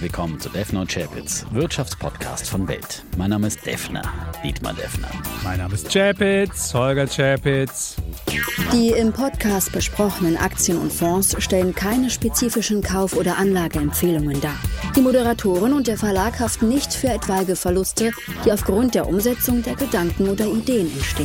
willkommen zu Defner und Chapitz, Wirtschaftspodcast von Welt. Mein Name ist Defner, Dietmar Defner. Mein Name ist Chapitz, Holger Chapitz. Die im Podcast besprochenen Aktien und Fonds stellen keine spezifischen Kauf- oder Anlageempfehlungen dar. Die Moderatoren und der Verlag haften nicht für etwaige Verluste, die aufgrund der Umsetzung der Gedanken oder Ideen entstehen.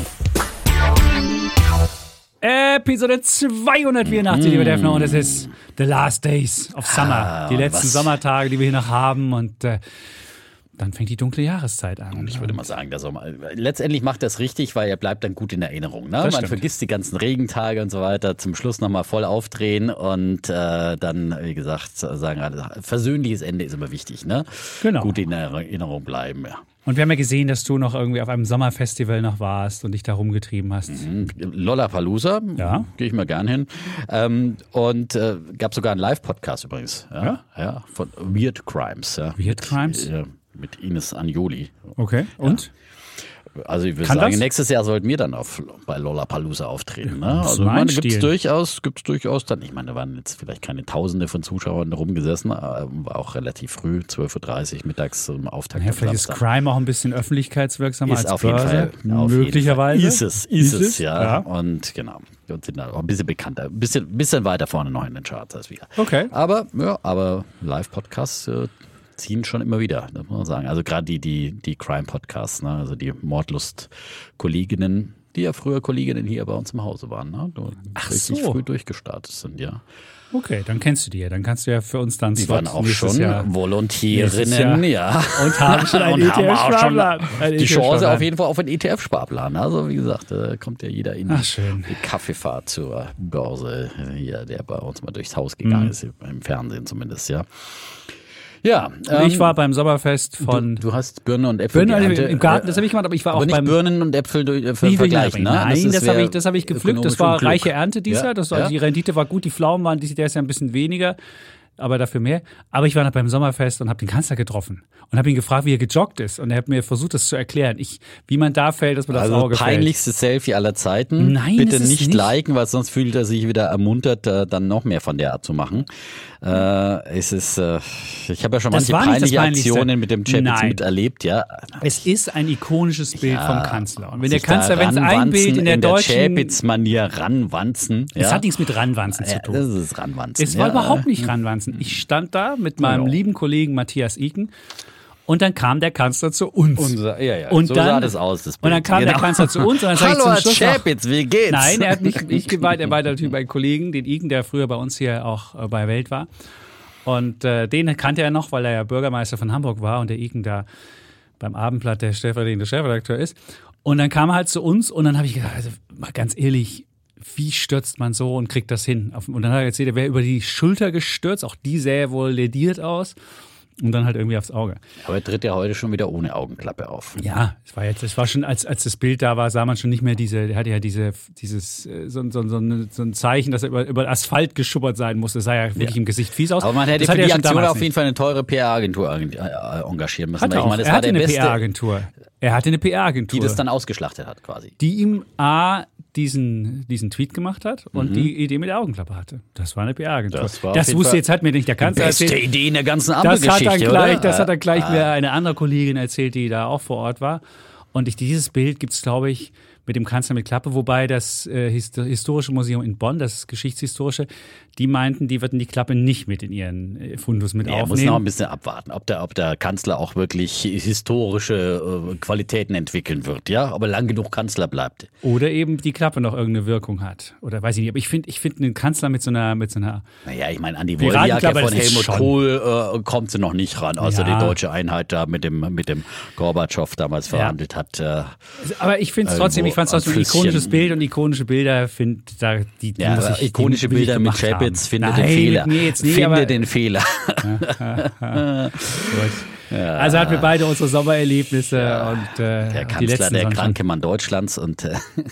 Episode 284, lieber Defner, und es ist The Last Days of Summer. Die letzten Sommertage, die wir hier noch haben, und dann fängt die dunkle Jahreszeit an. Und ich würde mal sagen, der Sommer, letztendlich macht er es richtig, weil er bleibt dann gut in Erinnerung. Ne? Man vergisst die ganzen Regentage und so weiter, zum Schluss nochmal voll aufdrehen und dann, wie gesagt, sagen alle, versöhnliches Ende ist immer wichtig. Ne? Genau. Gut in Erinnerung bleiben, ja. Und wir haben ja gesehen, dass du noch irgendwie auf einem Sommerfestival noch warst und dich da rumgetrieben hast. Lollapalooza, ja. Gehe ich mal gern hin. Und gab sogar einen Live-Podcast übrigens. Ja, von Weird Crimes. Ja, Weird Crimes? Mit Ines Anjoli. Okay, und? Ja. Also ich würde sagen, nächstes Jahr sollten wir dann bei Lollapalooza auftreten. Ne? Also gibt's durchaus dann, ich meine, da waren jetzt vielleicht keine Tausende von Zuschauern rumgesessen, war auch relativ früh, 12.30 Uhr mittags zum Auftakt. Ja, vielleicht ist Crime auch ein bisschen öffentlichkeitswirksamer als auf Börse. Jeden Fall. Möglicherweise. Ist es, ja. Und genau. Und sind da auch ein bisschen bekannter, ein bisschen weiter vorne noch in den Charts als wir. Okay. Aber Live-Podcasts ziehen schon immer wieder, das muss man sagen. Also gerade die Crime-Podcasts, ne? Also die Mordlust-Kolleginnen, die ja früher Kolleginnen hier bei uns im Hause waren, ne? Richtig früh durchgestartet sind, ja. Okay, dann kennst du die ja. Dann kannst du ja für uns dann die waren auch schon Volontärinnen, ja. Und haben schon einen ETF-Sparplan. Die Chance auf jeden Fall auf einen ETF-Sparplan. Also wie gesagt, kommt ja jeder in die Kaffeefahrt zur Börse, hier, der bei uns mal durchs Haus gegangen ist, im Fernsehen zumindest, ja. Ja, ich war beim Sommerfest von... Du hast Birnen und Äpfel im Garten, das habe ich gemacht, aber ich war auch nicht beim... Birnen und Äpfel vergleichen, ne? Nein, das habe ich gepflückt, das war reiche Ernte dieses Jahr, die Rendite war gut, die Pflaumen waren, der ist ja ein bisschen weniger, aber dafür mehr. Aber ich war noch beim Sommerfest und habe den Kanzler getroffen und habe ihn gefragt, wie er gejoggt ist. Und er hat mir versucht, das zu erklären. Wie man da fällt, dass man das Auge fällt. Peinlichste Selfie aller Zeiten. Nein, bitte nicht liken, weil sonst fühlt er sich wieder ermuntert, dann noch mehr von der Art zu machen. Ich habe ja schon manche peinliche Aktionen mit dem Chapitz miterlebt, ja. Es ist ein ikonisches Bild vom Kanzler. Und wenn der Kanzler, wenn es ein Bild in der deutschen Chapitz-Manier ranwanzen. Es hat nichts mit Ranwanzen zu tun. Das ist Ranwanzen. Es war überhaupt nicht Ranwanzen. Ich stand da mit meinem lieben Kollegen Matthias Iken. Und dann kam der Kanzler zu uns. Und so sah das aus, das Bild. Und dann kam der Kanzler zu uns. Und dann Hallo, Herr Chapitz, wie geht's? Nein, er hat nicht gemeint, er war natürlich bei Kollegen, den Iken, der früher bei uns hier auch bei Welt war. Und den kannte er noch, weil er ja Bürgermeister von Hamburg war und der Iken da beim Abendblatt der stellvertretende Chefredakteur ist. Und dann kam er halt zu uns und dann habe ich gedacht, also mal ganz ehrlich, wie stürzt man so und kriegt das hin? Und dann hat er erzählt, er wäre über die Schulter gestürzt, auch die sähe wohl lediert aus. Und dann halt irgendwie aufs Auge. Aber er tritt ja heute schon wieder ohne Augenklappe auf. Ja, es war schon, als das Bild da war, sah man schon nicht mehr er hatte ja so ein Zeichen, dass er über Asphalt geschuppert sein musste. Das sah ja wirklich im Gesicht fies aus. Aber man hätte für die Aktion auf jeden Fall eine teure PR-Agentur engagieren müssen. Er hatte eine PR-Agentur. Die das dann ausgeschlachtet hat quasi. Die ihm diesen Tweet gemacht hat und die Idee mit der Augenklappe hatte. Das war eine PR-Agentur. Das wusste jetzt hat mir nicht der Kanzler erzählt. Beste Idee in der ganzen Ampelgeschichte, das hat dann gleich mir eine andere Kollegin erzählt, die da auch vor Ort war. Und dieses Bild gibt es, glaube ich, mit dem Kanzler mit Klappe, wobei das Historische Museum in Bonn, das Geschichtshistorische, die meinten, die würden die Klappe nicht mit in ihren Fundus mit aufnehmen. Muss noch ein bisschen abwarten, ob der Kanzler auch wirklich historische Qualitäten entwickeln wird, ja, ob er lang genug Kanzler bleibt. Oder eben die Klappe noch irgendeine Wirkung hat. Oder weiß ich nicht, aber ich finde einen Kanzler mit so einer Naja, ich meine, an die Wolljacke von Helmut Kohl kommt sie noch nicht ran, außer die deutsche Einheit da mit dem Gorbatschow damals verhandelt hat. Aber ich finde es trotzdem, ich fand es trotzdem ein ikonisches Bild und ikonische Bilder die muss ich ikonische Bilder mit Chapitz, finde den Fehler. Den Fehler. Also hatten wir beide unsere Sommererlebnisse und der Kanzler, der kranke Mann Deutschlands und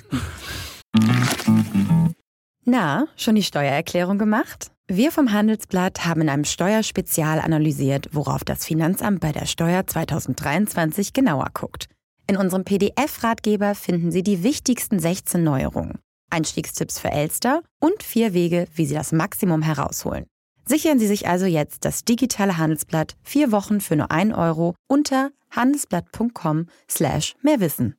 Na, schon die Steuererklärung gemacht? Wir vom Handelsblatt haben in einem Steuerspezial analysiert, worauf das Finanzamt bei der Steuer 2023 genauer guckt. In unserem PDF-Ratgeber finden Sie die wichtigsten 16 Neuerungen, Einstiegstipps für Elster und 4 Wege, wie Sie das Maximum herausholen. Sichern Sie sich also jetzt das digitale Handelsblatt 4 Wochen für nur 1 € unter handelsblatt.com/mehrwissen.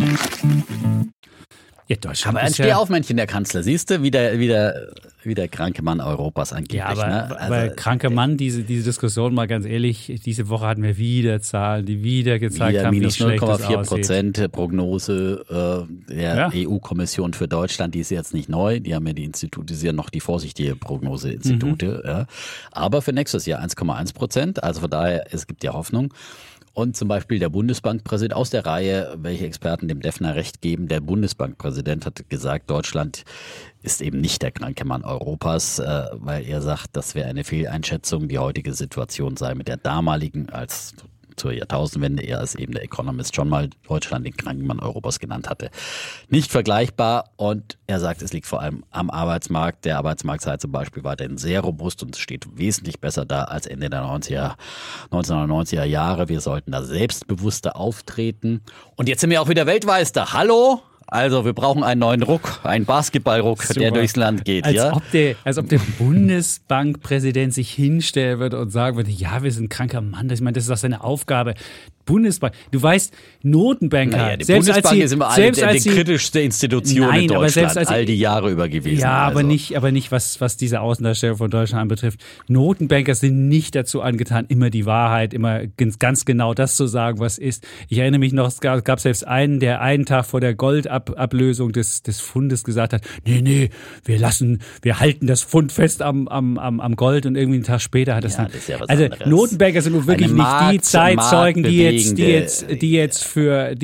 Ja, Deutschland Aber ein ist Stehaufmännchen, der Kanzler. Siehst du, wie der kranke Mann Europas angeblich. Ja, aber, ne? aber kranker Mann, diese Diskussion, mal ganz ehrlich, diese Woche hatten wir wieder Zahlen, die wieder gezeigt haben, wie schlecht es aussieht. -0,4% Prognose der EU-Kommission für Deutschland, die ist jetzt nicht neu. Die haben ja die Institute, die sind ja noch die vorsichtige Prognoseinstitute. Ja. Aber für nächstes Jahr 1,1%. Also von daher, es gibt ja Hoffnung. Und zum Beispiel der Bundesbankpräsident aus der Reihe, welche Experten dem Defner recht geben, der Bundesbankpräsident hat gesagt, Deutschland ist eben nicht der kranke Mann Europas, weil er sagt, das wäre eine Fehleinschätzung. Die heutige Situation sei mit der damaligen, als zur Jahrtausendwende, er als eben der Economist schon mal Deutschland den kranken Mann Europas genannt hatte, nicht vergleichbar. Und er sagt, es liegt vor allem am Arbeitsmarkt. Der Arbeitsmarkt sei zum Beispiel weiterhin sehr robust und steht wesentlich besser da als Ende der 1990er Jahre. Wir sollten da selbstbewusster auftreten. Und jetzt sind wir auch wieder Weltmeister. Hallo? Also wir brauchen einen neuen Ruck, einen Basketballruck, super, der durchs Land geht. Als ob der Bundesbankpräsident sich hinstellen würde und sagen würde, ja, wir sind ein kranker Mann. Ich meine, das ist doch seine Aufgabe. Bundesbank, du weißt, Notenbanker. Naja, die Bundesbank ist immer die kritischste Institution in Deutschland, all die Jahre über gewesen. Ja, also. aber nicht was diese Außendarstellung von Deutschland anbetrifft. Notenbanker sind nicht dazu angetan, immer die Wahrheit, immer ganz genau das zu sagen, was ist. Ich erinnere mich noch, es gab selbst einen, der einen Tag vor der Goldablösung des Pfundes gesagt hat, nee, wir halten das Pfund fest am Gold, und irgendwie einen Tag später hat das dann. Das ja also anderes. Notenbanker sind nun wirklich nicht die Zeitzeugen, die jetzt für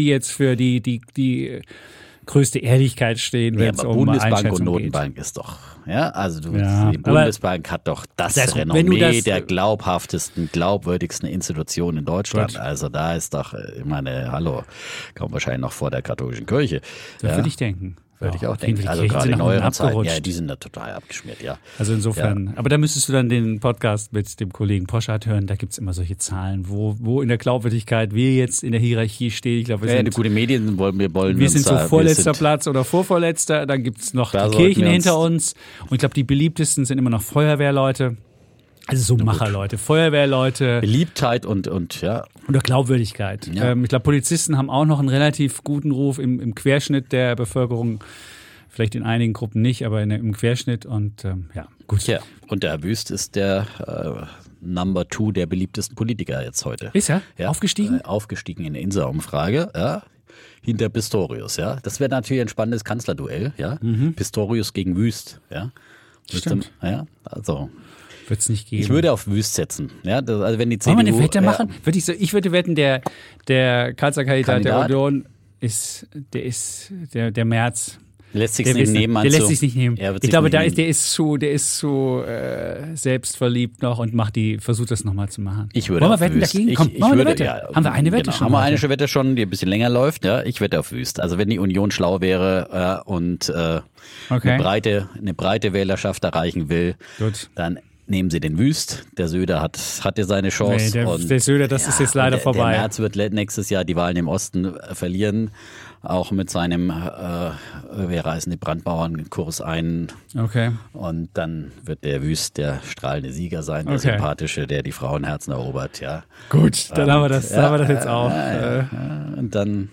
die größte Ehrlichkeit stehen, wenn es um Bundesbank und Notenbank geht. Ist doch, ja, also die Bundesbank hat doch das Renommee der glaubhaftesten, glaubwürdigsten Institutionen in Deutschland. Gut. Also da ist doch, ich meine, hallo, kommt wahrscheinlich noch vor der katholischen Kirche. Das würde ich denken. Würde ich auch denken. Also gerade in neueren Zeiten, ja, die sind da total abgeschmiert, ja. Also insofern, ja. Aber da müsstest du dann den Podcast mit dem Kollegen Poschardt hören, da gibt es immer solche Zahlen, wo in der Glaubwürdigkeit wir jetzt in der Hierarchie stehen. Ich glaube, wir sind gute Medien wir sind so vorletzter Platz oder vorvorletzter, dann gibt es noch die Kirchen hinter uns, und ich glaube, die beliebtesten sind immer noch Feuerwehrleute. Also so Macherleute, Feuerwehrleute. Beliebtheit und ja. Oder Glaubwürdigkeit. Ja. Ich glaube, Polizisten haben auch noch einen relativ guten Ruf im Querschnitt der Bevölkerung. Vielleicht in einigen Gruppen nicht, aber im Querschnitt, und ja, gut. Ja, und der Wüst ist der Number 2 der beliebtesten Politiker jetzt heute. Ist er? Ja. Aufgestiegen? Aufgestiegen in der Insa-Umfrage, ja. Hinter Pistorius, ja. Das wäre natürlich ein spannendes Kanzlerduell, ja. Pistorius gegen Wüst, ja. Stimmt. Ja, also. Wird es nicht geben. Ich würde auf Wüst setzen. Ja, also wenn die CDU, wollen wir eine Wette machen? Ich würde wetten, der Kanzlerkandidat der Union ist der Merz. Lässt sich nicht nehmen. Der lässt sich nicht nehmen. Ich glaube, der ist zu selbstverliebt noch und versucht das nochmal zu machen. Ich würde wollen wir wetten dagegen? Komm, machen wir eine Wette. Ja, haben wir eine Wette schon? Haben wir eine Wette schon, die ein bisschen länger läuft. Ja, ich wette auf Wüst. Also wenn die Union schlau wäre und eine breite Wählerschaft erreichen will, dann nehmen Sie den Wüst. Der Söder hat ja seine Chance. Nee, der Söder, das ist jetzt leider vorbei. Der Merz wird nächstes Jahr die Wahlen im Osten verlieren. Auch mit seinem wir reißen die Brandmauernkurs ein. Okay. Und dann wird der Wüst der strahlende Sieger sein, der sympathische, der die Frauenherzen erobert. Ja. Gut, dann haben wir das jetzt auch. Und dann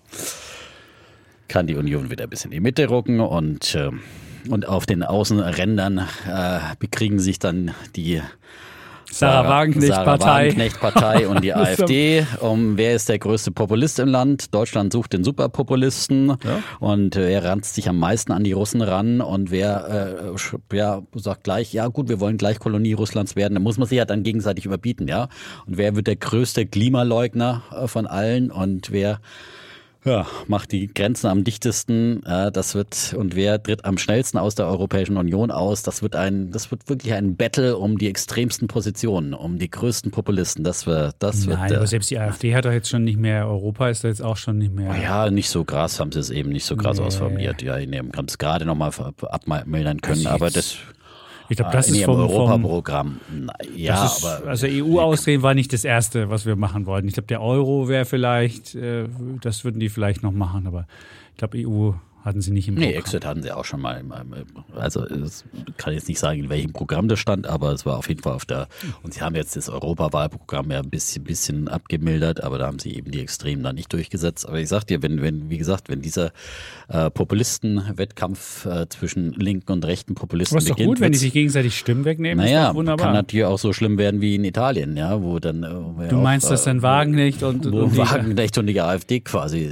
kann die Union wieder ein bisschen in die Mitte rücken, und auf den Außenrändern bekriegen sich dann die Sarah Wagenknecht-Partei und die AfD. Wer ist der größte Populist im Land? Deutschland sucht den Superpopulisten. Ja. Und wer ranzt sich am meisten an die Russen ran? Und wer sagt gleich, ja gut, wir wollen gleich Kolonie Russlands werden. Da muss man sich ja dann gegenseitig überbieten, ja. Und wer wird der größte Klimaleugner von allen? Und wer macht die Grenzen am dichtesten, und wer tritt am schnellsten aus der Europäischen Union aus? Das wird wirklich ein Battle um die extremsten Positionen, um die größten Populisten. Aber selbst die AfD hat doch jetzt schon nicht mehr, Europa ist da jetzt auch schon nicht mehr. Ja, nicht so krass, haben sie es eben nicht so krass ausformuliert. Ja, ich haben es gerade nochmal abmildern können, aber das... Ich glaube, das ist vom Europaprogramm. Ja, aber also EU austreten war nicht das Erste, was wir machen wollten. Ich glaube, der Euro wäre vielleicht, das würden die vielleicht noch machen, aber ich glaube, EU Hatten sie nicht im Programm? Nee, Exit hatten sie auch schon mal. Also ich kann jetzt nicht sagen, in welchem Programm das stand, aber es war auf jeden Fall auf der, und sie haben jetzt das Europawahlprogramm ja ein bisschen abgemildert, aber da haben sie eben die Extremen da nicht durchgesetzt. Aber ich sag dir, wenn dieser Populisten-Wettkampf zwischen linken und rechten Populisten beginnt. Das ist doch gut, wenn die sich gegenseitig Stimmen wegnehmen, ist doch wunderbar. Kann natürlich auch so schlimm werden wie in Italien, ja, wo dann du meinst, dass dann Wagenknecht und Wagenknecht und die AfD quasi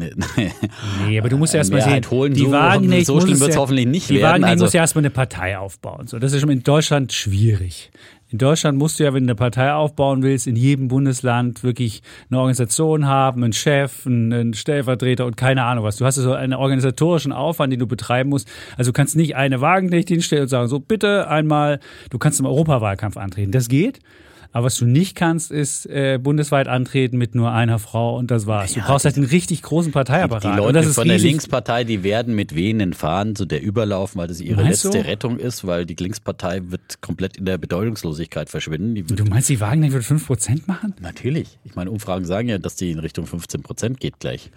nee, aber du musst erst mal sehen, holen, so schlimm wird es hoffentlich nicht werden. Wagenknecht muss ja erstmal eine Partei aufbauen. So, das ist schon in Deutschland schwierig. In Deutschland musst du ja, wenn du eine Partei aufbauen willst, in jedem Bundesland wirklich eine Organisation haben, einen Chef, einen Stellvertreter und keine Ahnung was. Du hast so einen organisatorischen Aufwand, den du betreiben musst. Also du kannst nicht eine Wagenknecht hinstellen und sagen, so bitte einmal, du kannst im Europawahlkampf antreten. Das geht. Aber was du nicht kannst, ist bundesweit antreten mit nur einer Frau und das war's. Du brauchst halt einen richtig großen Parteiapparat. Die Leute von der Linkspartei, die werden mit Venen fahren, so der Überlauf, weil das ihre letzte Rettung ist, weil die Linkspartei wird komplett in der Bedeutungslosigkeit verschwinden. Du meinst, die Wagenknecht wird 5% machen? Natürlich. Ich meine, Umfragen sagen ja, dass die in Richtung 15% geht gleich.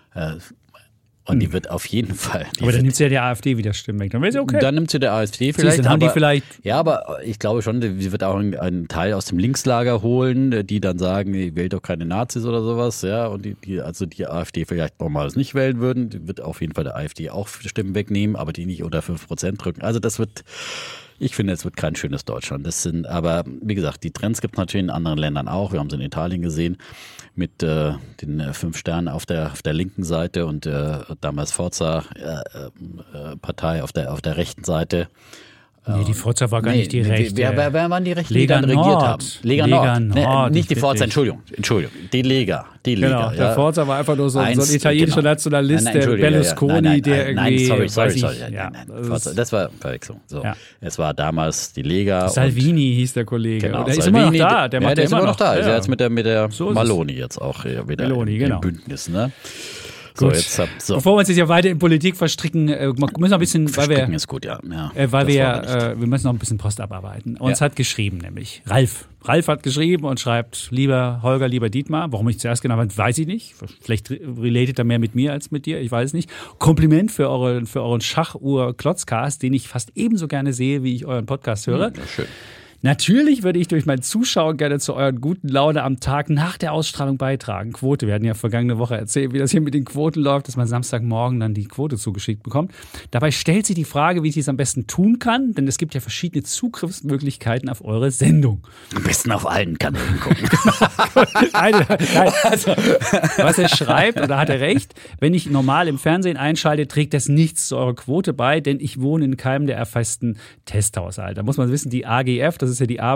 Und die wird auf jeden Fall. Aber dann nimmt sie ja der AfD wieder Stimmen weg. Dann wäre sie okay. Dann nimmt sie der AfD vielleicht. Dann haben die vielleicht. Ja, aber ich glaube schon, sie wird auch einen Teil aus dem Linkslager holen, die dann sagen, die wählt doch keine Nazis oder sowas. Ja, und die AfD vielleicht nochmals nicht wählen würden. Die wird auf jeden Fall der AfD auch Stimmen wegnehmen, aber die nicht unter 5% drücken. Also ich finde, es wird kein schönes Deutschland. Aber wie gesagt, die Trends gibt es natürlich in anderen Ländern auch. Wir haben es in Italien gesehen mit den 5 Sternen auf der linken Seite und damals Forza-Partei auf der rechten Seite. Nee, die Forza war gar nicht die rechte. Wer waren die Rechten, Lega die dann regiert haben? Lega Nord. Nicht die Forza, Entschuldigung. Die Lega. Genau, der Forza war einfach nur so ein italienischer Nationalist, der Berlusconi, der irgendwie... Nein, sorry. Forza, das war Verwechslung. So. Ja. Es war damals die Lega. Salvini hieß der Kollege. Genau, der ist immer noch da. Der ist immer noch da. Der ist jetzt mit der Maloney jetzt auch wieder im Bündnis, ne? So, bevor wir uns jetzt ja weiter in Politik verstricken, müssen wir ein bisschen, Verstricken ist gut, ja. Wir müssen noch ein bisschen Post abarbeiten. Uns hat geschrieben, nämlich Ralf. Ralf hat geschrieben und schreibt, lieber Holger, lieber Dietmar, warum ich zuerst genannt habe, weiß ich nicht. Vielleicht relatet er mehr mit mir als mit dir, ich weiß es nicht. Kompliment für euren Schachuhr-Klotzcast, den ich fast ebenso gerne sehe, wie ich euren Podcast höre. Ja, schön. Natürlich würde ich durch mein Zuschauen gerne zu euren guten Laune am Tag nach der Ausstrahlung beitragen. Quote, wir hatten ja vergangene Woche erzählt, wie das hier mit den Quoten läuft, dass man Samstagmorgen dann die Quote zugeschickt bekommt. Dabei stellt sich die Frage, wie ich es am besten tun kann, denn es gibt ja verschiedene Zugriffsmöglichkeiten auf eure Sendung. Am besten auf allen Kanälen gucken. Nein, also, was er schreibt, oder hat er recht, wenn ich normal im Fernsehen einschalte, trägt das nichts zu eurer Quote bei, denn ich wohne in keinem der erfassten Testhaushalte. Da muss man wissen, die AGF, das ist ja die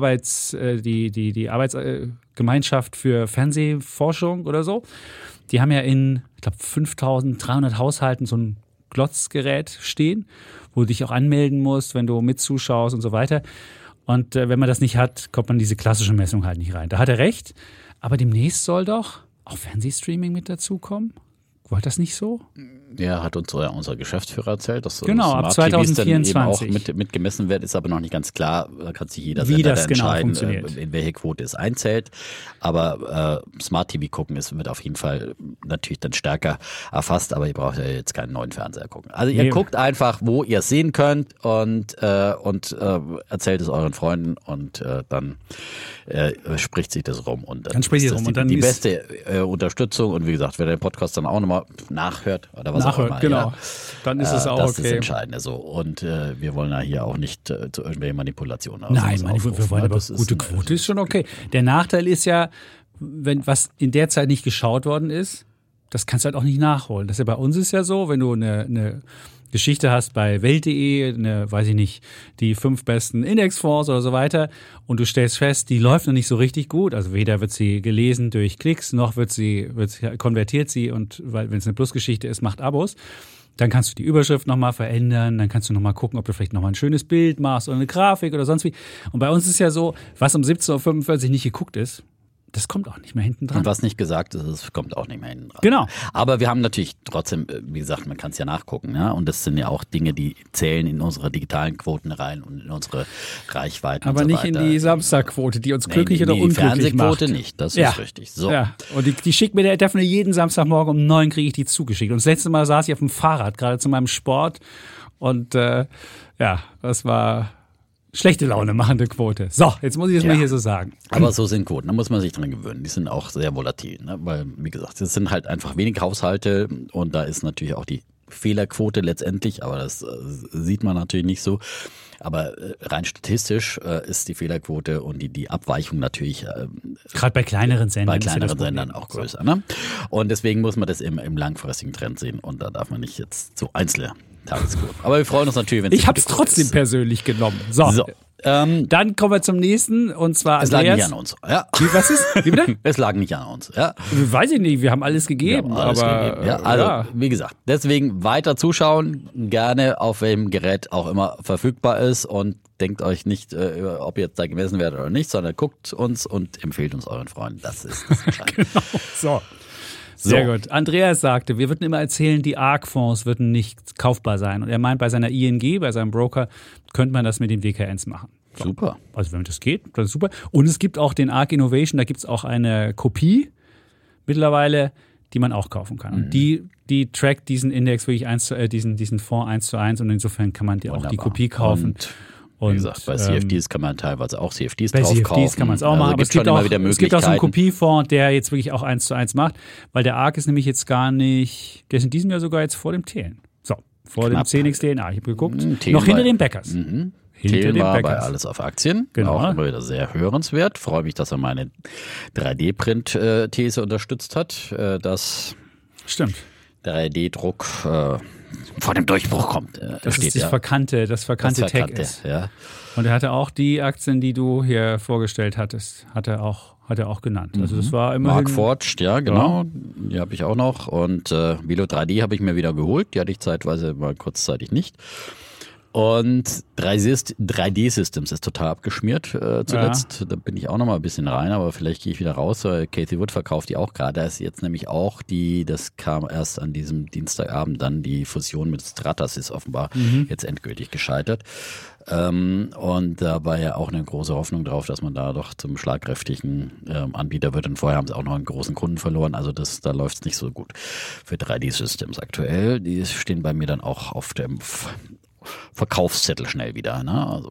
Arbeitsgemeinschaft für Fernsehforschung oder so. Die haben ja in, ich glaube, 5.300 Haushalten so ein Glotzgerät stehen, wo du dich auch anmelden musst, wenn du mit zuschaust und so weiter. Und wenn man das nicht hat, kommt man in diese klassische Messung halt nicht rein. Da hat er recht. Aber demnächst soll doch auch Fernsehstreaming mit dazukommen. Wollt das nicht so? Ja, hat unser Geschäftsführer erzählt, dass genau, ab 2024 dann eben auch mit gemessen wird, ist aber noch nicht ganz klar. Da kann sich jeder selber entscheiden, in welche Quote es einzählt. Aber Smart TV gucken wird auf jeden Fall natürlich dann stärker erfasst, aber ihr braucht ja jetzt keinen neuen Fernseher gucken. Also ihr guckt einfach, wo ihr es sehen könnt und erzählt es euren Freunden und dann spricht sich das rum. Und dann spricht es rum. Und dann die beste Unterstützung. Und wie gesagt, wer den Podcast dann auch nochmal nachhört oder was auch immer. Genau. Ja, dann ist es auch das okay. Das ist das Entscheidende so. Und wir wollen ja hier auch nicht zu irgendwelchen Manipulationen Nein, wir wollen aber gute Quote ist schon okay. Der Nachteil ist ja, was in der Zeit nicht geschaut worden ist, das kannst du halt auch nicht nachholen. Das ist ja bei uns ist ja so, wenn du eine Geschichte hast bei Welt.de, weiß ich nicht, die 5 besten Indexfonds oder so weiter und du stellst fest, die läuft noch nicht so richtig gut, also weder wird sie gelesen durch Klicks, noch konvertiert sie und weil wenn es eine Plusgeschichte ist, macht Abos. Dann kannst du die Überschrift nochmal verändern, dann kannst du nochmal gucken, ob du vielleicht nochmal ein schönes Bild machst oder eine Grafik oder sonst wie. Und bei uns ist ja so, was um 17.45 Uhr nicht geguckt ist, das kommt auch nicht mehr hinten dran. Und was nicht gesagt ist, das kommt auch nicht mehr hinten dran. Genau. Aber wir haben natürlich trotzdem, wie gesagt, man kann es ja nachgucken. Ja? Und das sind ja auch Dinge, die zählen in unsere digitalen Quoten rein und in unsere Reichweiten. Aber und so nicht weiter. in die Samstagquote, die uns glücklich oder unglücklich macht. Die Fernsehquote nicht, das ist richtig. So. Ja. Und die schickt mir der Daphne jeden Samstagmorgen um 9 kriege ich die zugeschickt. Und das letzte Mal saß ich auf dem Fahrrad, gerade zu meinem Sport. Und das war schlechte Laune machende Quote. So, jetzt muss ich das mal hier so sagen. Aber so sind Quoten, da muss man sich dran gewöhnen. Die sind auch sehr volatil, ne? Weil, wie gesagt, es sind halt einfach wenig Haushalte und da ist natürlich auch die Fehlerquote letztendlich, aber das sieht man natürlich nicht so. Aber rein statistisch ist die Fehlerquote und die Abweichung natürlich gerade bei kleineren Sendern, Sendern auch größer. Ne? Und deswegen muss man das im langfristigen Trend sehen und da darf man nicht jetzt so einzelne Tagesquoten. Aber wir freuen uns natürlich, wenn es ich habe es trotzdem persönlich genommen. So. Dann kommen wir zum nächsten und zwar es lag nicht an uns. Ja. Was ist? Wie bitte? Es lag nicht an uns. Ja. Weiß ich nicht, wir haben alles gegeben. Wie gesagt, deswegen weiter zuschauen, gerne auf welchem Gerät auch immer verfügbar ist und denkt euch nicht, ob ihr jetzt da gemessen werdet oder nicht, sondern guckt uns und empfehlt uns euren Freunden. Das ist das Entscheidende. Genau. So. Sehr gut. Andreas sagte, wir würden immer erzählen, die ARK-Fonds würden nicht kaufbar sein. Und er meint, bei seiner ING, bei seinem Broker, könnte man das mit den WKNs machen. So. Super. Also wenn das geht, das ist super. Und es gibt auch den ARK Innovation, da gibt es auch eine Kopie mittlerweile, die man auch kaufen kann. Und die trackt diesen Index wirklich diesen Fonds 1:1 und insofern kann man auch die Kopie kaufen. Und wie gesagt, bei CFDs kann man teilweise auch CFDs drauf kaufen. Bei CFDs kann man es auch machen, aber es gibt auch so einen Kopiefonds, der jetzt wirklich auch 1:1 macht, weil der ARK ist nämlich jetzt gar nicht, der ist in diesem Jahr sogar jetzt vor dem Thelen. So, vor dem CNX DNA. Ich habe geguckt, noch hinter den Bäckers. Thelen war bei Alles auf Aktien, genau. Auch immer wieder sehr hörenswert. Freue mich, dass er meine 3D-Print-These unterstützt hat, dass stimmt. 3D-Druck vor dem Durchbruch kommt. Das ist das verkannte Tech ist. Ja. Und er hatte auch die Aktien, die du hier vorgestellt hattest, hat er auch genannt. Also das war immerhin... Markforged, ja, genau. Ja. Die habe ich auch noch. Und Velo 3D habe ich mir wieder geholt. Die hatte ich zeitweise mal kurzzeitig nicht. Und 3D-Systems ist total abgeschmiert zuletzt. Ja. Da bin ich auch noch mal ein bisschen rein, aber vielleicht gehe ich wieder raus. Cathie Wood verkauft die auch gerade. Da ist jetzt nämlich auch das kam erst an diesem Dienstagabend dann, die Fusion mit Stratasys offenbar jetzt endgültig gescheitert. Und da war ja auch eine große Hoffnung drauf, dass man da doch zum schlagkräftigen Anbieter wird. Und vorher haben sie auch noch einen großen Kunden verloren. Also da läuft es nicht so gut für 3D-Systems aktuell. Die stehen bei mir dann auch auf dem Verkaufszettel schnell wieder. Ne? Also.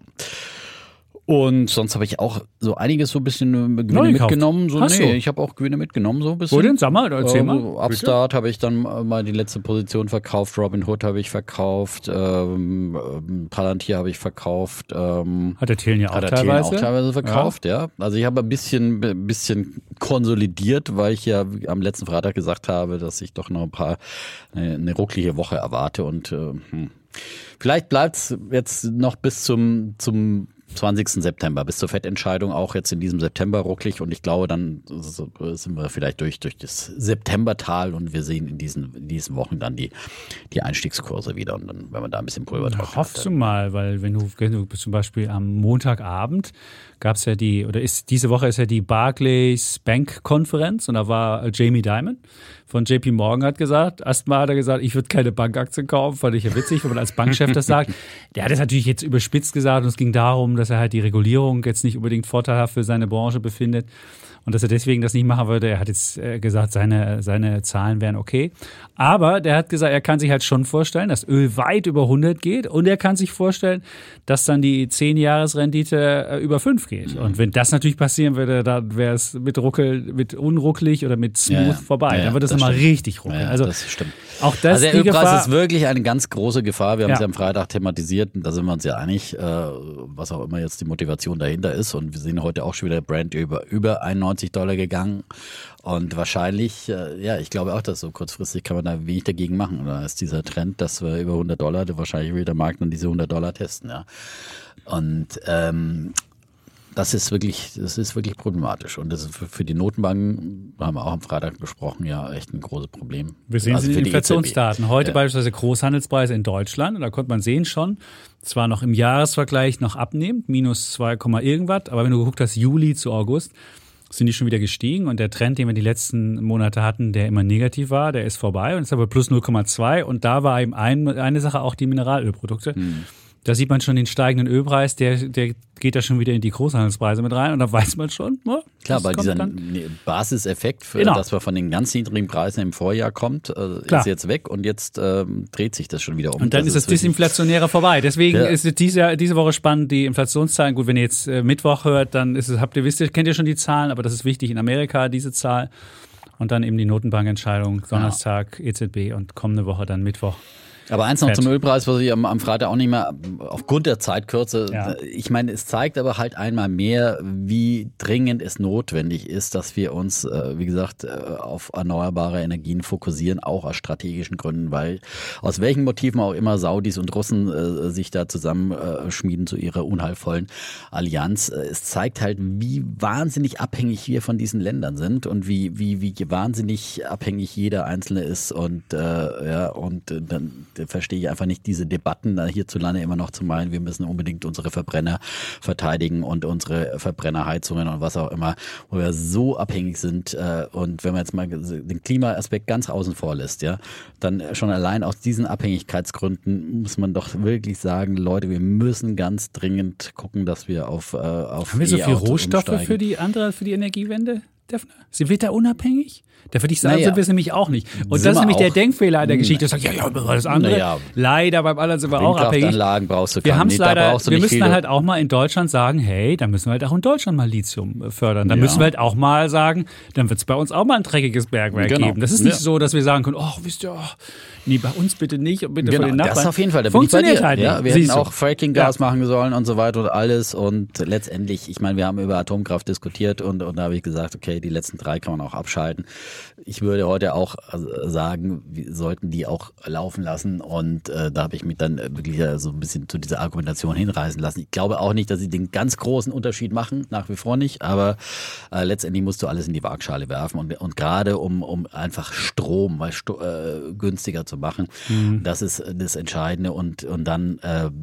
Und sonst habe ich auch so einiges so ein bisschen Gewinne mitgenommen. Ich habe auch Gewinne mitgenommen, so ein bisschen. Wo denn? Sag mal, erzähl mal. Upstart habe ich dann mal die letzte Position verkauft, Robinhood habe ich verkauft, Palantir habe ich verkauft. Hat der Thelen ja auch teilweise verkauft, ja. Also ich habe ein bisschen konsolidiert, weil ich ja am letzten Freitag gesagt habe, dass ich doch noch eine rucklige Woche erwarte und vielleicht bleibt es jetzt noch bis zum 20. September, bis zur FED-Entscheidung auch jetzt in diesem September rucklig und ich glaube, dann sind wir vielleicht durch das Septembertal und wir sehen in diesen Wochen dann die Einstiegskurse wieder und dann, wenn man da ein bisschen Pulver drauf hat. Hoffst du mal, weil wenn du zum Beispiel am Montagabend gab es ja diese Woche ist ja die Barclays Bank-Konferenz und da war Jamie Dimon von JP Morgan hat er gesagt, ich würde keine Bankaktien kaufen, fand ich ja witzig, wenn man als Bankchef das sagt. Der hat das natürlich jetzt überspitzt gesagt und es ging darum, dass er halt die Regulierung jetzt nicht unbedingt vorteilhaft für seine Branche befindet und dass er deswegen das nicht machen würde. Er hat jetzt gesagt, seine Zahlen wären okay. Aber der hat gesagt, er kann sich halt schon vorstellen, dass Öl weit über 100 geht und er kann sich vorstellen, dass dann die 10-Jahres-Rendite über 5 geht. Und wenn das natürlich passieren würde, dann wäre es mit unruckelig oder mit smooth vorbei. Dann wird es nochmal richtig ruckeln. Also das stimmt. Auch das der Ölpreis ist wirklich eine ganz große Gefahr. Wir haben es ja am Freitag thematisiert und da sind wir uns ja einig, was auch immer jetzt die Motivation dahinter ist. Und wir sehen heute auch schon wieder Brent über $91 gegangen. Und wahrscheinlich, ich glaube auch, dass so kurzfristig kann man da wenig dagegen machen. Oder ist dieser Trend, dass wir über $100, wahrscheinlich will der Markt dann diese $100 testen. Ja. Und das ist wirklich problematisch. Und das ist für die Notenbanken, haben wir auch am Freitag besprochen, ja echt ein großes Problem. Wir sehen es in den Inflationsdaten. Heute beispielsweise Großhandelspreise in Deutschland. Und da konnte man sehen schon, zwar noch im Jahresvergleich noch abnehmend, minus 2, irgendwas. Aber wenn du geguckt hast, Juli zu August, sind die schon wieder gestiegen und der Trend, den wir die letzten Monate hatten, der immer negativ war, der ist vorbei und ist aber plus 0,2 und da war eben eine Sache auch die Mineralölprodukte. Da sieht man schon den steigenden Ölpreis, der geht da schon wieder in die Großhandelspreise mit rein und da weiß man schon. Klar, weil dieser Basiseffekt, dass wir von den ganz niedrigen Preisen im Vorjahr kommt, ist jetzt weg und jetzt dreht sich das schon wieder um. Und dann ist das Disinflationäre vorbei. Deswegen ist es diese Woche spannend, die Inflationszahlen. Gut, wenn ihr jetzt Mittwoch hört, dann kennt ihr schon die Zahlen, aber das ist wichtig in Amerika, diese Zahl. Und dann eben die Notenbankentscheidung, Donnerstag, EZB und kommende Woche dann Mittwoch. Aber eins noch zum Ölpreis, was ich am Freitag auch nicht mehr aufgrund der Zeitkürze, ich meine, es zeigt aber halt einmal mehr, wie dringend es notwendig ist, dass wir uns, wie gesagt, auf erneuerbare Energien fokussieren, auch aus strategischen Gründen, weil aus welchen Motiven auch immer Saudis und Russen sich da zusammenschmieden zu ihrer unheilvollen Allianz. Es zeigt halt, wie wahnsinnig abhängig wir von diesen Ländern sind und wie wahnsinnig abhängig jeder Einzelne ist und dann verstehe ich einfach nicht diese Debatten da hierzulande immer noch zu meinen, wir müssen unbedingt unsere Verbrenner verteidigen und unsere Verbrennerheizungen und was auch immer, wo wir so abhängig sind und wenn man jetzt mal den Klimaaspekt ganz außen vor lässt, dann schon allein aus diesen Abhängigkeitsgründen muss man doch wirklich sagen, Leute, wir müssen ganz dringend gucken, dass wir auf Haben wir so viel Rohstoffe umsteigen. für die Energiewende? Sind wir da unabhängig? Da würde ich sagen, sind wir es nämlich auch nicht. Und das ist nämlich der Denkfehler an der Geschichte. Das das andere. Leider, beim anderen sind wir auch abhängig. Windkraftanlagen brauchst du wir müssen dann halt auch mal in Deutschland sagen, hey, dann müssen wir halt auch in Deutschland mal Lithium fördern. Dann müssen wir halt auch mal sagen, dann wird es bei uns auch mal ein dreckiges Bergwerk geben. Das ist nicht so, dass wir sagen können, wisst ihr, nee, bei uns bitte nicht und bitte von den Nachbarn. Das auf jeden Fall. Da funktioniert bin ich bei dir. halt nicht. Wir hätten auch Fracking-Gas machen sollen und so weiter und alles. Und letztendlich, ich meine, wir haben über Atomkraft diskutiert und da habe ich gesagt, okay, die letzten 3 kann man auch abschalten. Ich würde heute auch sagen, wir sollten die auch laufen lassen und da habe ich mich dann wirklich so ein bisschen zu dieser Argumentation hinreißen lassen. Ich glaube auch nicht, dass sie den ganz großen Unterschied machen, nach wie vor nicht, aber letztendlich musst du alles in die Waagschale werfen und gerade um einfach Strom günstiger zu machen, das ist das Entscheidende und dann,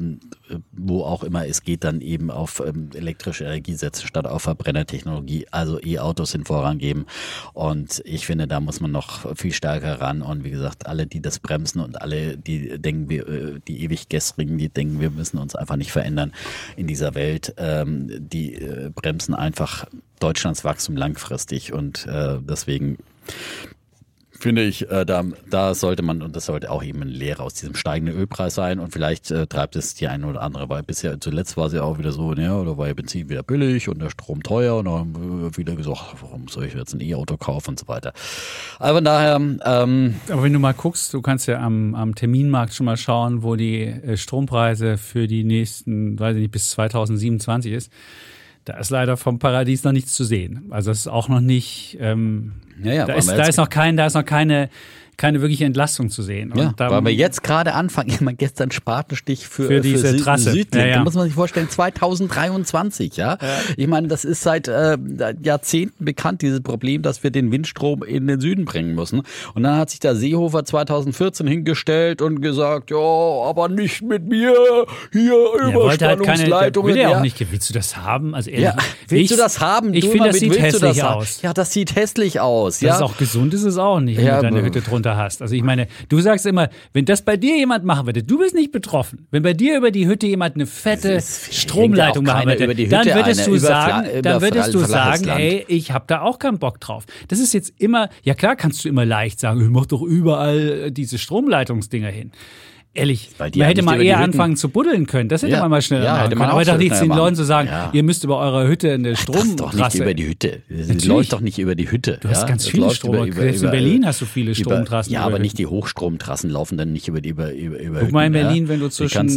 wo auch immer es geht, dann eben auf elektrische Energie setzen statt auf Verbrennertechnologie, also E-Autos den Vorrang geben und ich finde, da muss man noch viel stärker ran und wie gesagt, alle, die das bremsen und alle, die denken, die ewig Gestrigen, die denken, wir müssen uns einfach nicht verändern in dieser Welt, die bremsen einfach Deutschlands Wachstum langfristig und deswegen finde ich, da sollte man, und das sollte auch eben eine Lehre aus diesem steigenden Ölpreis sein und vielleicht treibt es die eine oder andere, weil bisher zuletzt war es ja auch wieder so, oder war ja Benzin wieder billig und der Strom teuer und dann haben wir wieder gesagt, warum soll ich jetzt ein E-Auto kaufen und so weiter. Aber von daher... Aber wenn du mal guckst, du kannst ja am Terminmarkt schon mal schauen, wo die Strompreise für die nächsten, weiß ich nicht, bis 2027 ist. Da ist leider vom Paradies noch nichts zu sehen. Also das ist auch noch nicht... da ist noch keine wirkliche Entlastung zu sehen. Und weil wir jetzt gerade anfangen, immer gestern Spatenstich für diese Trasse. Südlink. Da muss man sich vorstellen, 2023, Ich meine, das ist seit Jahrzehnten bekannt, dieses Problem, dass wir den Windstrom in den Süden bringen müssen. Und dann hat sich der Seehofer 2014 hingestellt und gesagt, aber nicht mit mir, hier Überspannungsleitungen. Will er auch nicht. Willst du das haben? Also ehrlich, willst du das haben? Ich finde, das sieht hässlich aus. Ja, das sieht hässlich aus. Das ist auch gesund, ist es auch nicht, wenn du deine Hütte drunter hast. Also ich meine, du sagst immer, wenn das bei dir jemand machen würde, du bist nicht betroffen. Wenn bei dir über die Hütte jemand eine fette Stromleitung machen würde, dann würdest du sagen, hey, ich habe da auch keinen Bock drauf. Das ist jetzt immer, ja klar kannst du immer leicht sagen, ich mach doch überall diese Stromleitungsdinger hin. Ehrlich, man hätte mal eher anfangen zu buddeln können. Das hätte man mal schneller machen können. Aber doch nicht den Leuten zu sagen, ihr müsst über eure Hütte eine Stromtrasse. Das doch nicht über die Hütte. Das läuft doch nicht über die Hütte. Du hast ganz viele Stromtrassen. In Berlin hast du viele Stromtrassen. Ja, aber nicht die Hochstromtrassen laufen dann nicht über Hütten. Guck mal in Berlin, wenn du zwischen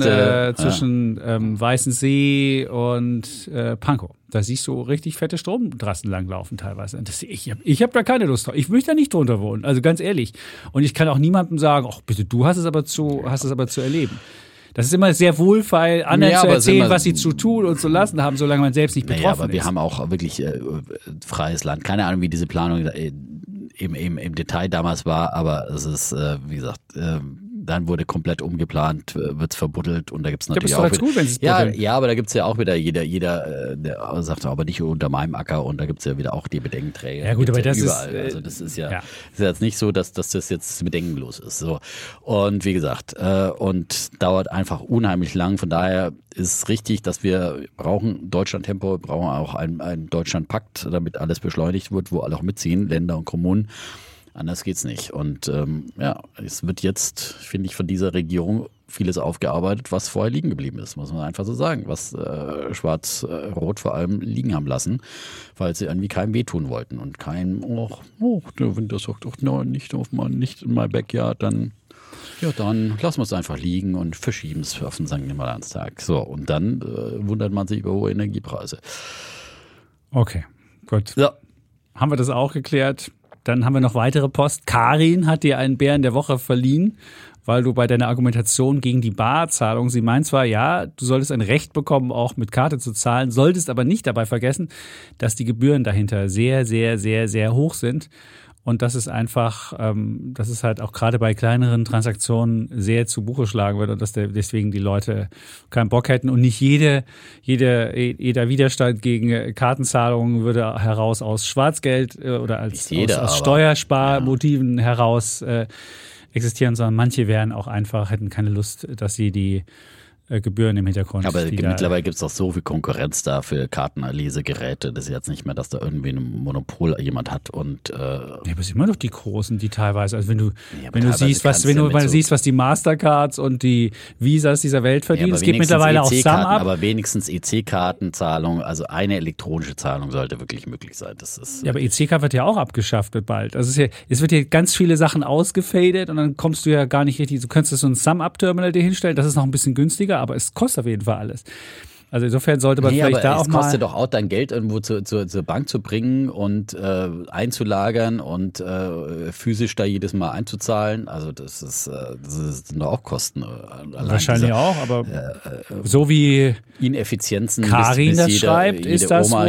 Weißensee und Pankow. Da siehst du richtig fette Stromtrassen langlaufen teilweise. Ich hab da keine Lust drauf. Ich möchte da nicht drunter wohnen. Also ganz ehrlich. Und ich kann auch niemandem sagen, bitte, du hast es aber zu erleben. Das ist immer sehr wohlfeil, anderen zu erzählen, was sie zu tun und zu lassen haben, solange man selbst nicht betroffen ist. Aber wir haben auch wirklich freies Land. Keine Ahnung, wie diese Planung im Detail damals war, aber es ist, wie gesagt, dann wurde komplett umgeplant, wird's verbuddelt und da gibt's natürlich auch gut, wenn ja, aber da gibt's ja auch wieder jeder der sagt aber nicht unter meinem Acker und da gibt's ja wieder auch die Bedenkenträger. Ja gut, aber das überall. ist also das ist ja ist jetzt nicht so, dass das jetzt bedenkenlos ist. So und wie gesagt und dauert einfach unheimlich lang. Von daher ist richtig, dass wir brauchen Deutschland-Tempo, brauchen auch einen Deutschland-Pakt, damit alles beschleunigt wird, wo alle auch mitziehen, Länder und Kommunen. Anders geht's nicht. Und es wird jetzt, finde ich, von dieser Regierung vieles aufgearbeitet, was vorher liegen geblieben ist, muss man einfach so sagen, was Schwarz-Rot vor allem liegen haben lassen, weil sie irgendwie keinem wehtun wollten und keinem, wenn das sagt, nicht in my backyard, dann lassen wir es einfach liegen und verschieben es auf den St. Nimmerlandstag. So, und dann wundert man sich über hohe Energiepreise. Okay, gut. Ja. Haben wir das auch geklärt? Dann haben wir noch weitere Post. Karin hat dir einen Bären der Woche verliehen, weil du bei deiner Argumentation gegen die Barzahlung, sie meint zwar, ja, du solltest ein Recht bekommen, auch mit Karte zu zahlen, solltest aber nicht dabei vergessen, dass die Gebühren dahinter sehr, sehr, sehr, sehr hoch sind. Und das ist einfach, dass es halt auch gerade bei kleineren Transaktionen sehr zu Buche schlagen wird und dass deswegen die Leute keinen Bock hätten und nicht jeder Widerstand gegen Kartenzahlungen würde heraus aus Schwarzgeld oder aus Steuersparmotiven heraus existieren, sondern manche hätten keine Lust, dass sie die Gebühren im Hintergrund. Aber mittlerweile gibt es auch so viel Konkurrenz da für Kartenlesegeräte. Das ist jetzt nicht mehr, dass da irgendwie ein Monopol jemand hat und aber es sind immer noch die Großen, die teilweise, also wenn du siehst, was die Mastercards und die Visas dieser Welt verdienen, es gibt mittlerweile auch SumUp. Aber wenigstens EC-Kartenzahlung, also eine elektronische Zahlung sollte wirklich möglich sein. Das ist aber EC-Card wird ja auch abgeschafft bald. Also es wird hier ganz viele Sachen ausgefadet und dann kommst du ja gar nicht richtig, du könntest so ein SumUp-Terminal dir hinstellen, das ist noch ein bisschen günstiger, aber es kostet auf jeden Fall alles. Also insofern sollte man vielleicht da auch mal... Es kostet doch auch dein Geld irgendwo zur Bank zu bringen und einzulagern und physisch da jedes Mal einzuzahlen. Also das sind doch auch Kosten. Wahrscheinlich auch, aber so wie Ineffizienzen Karin das schreibt, ist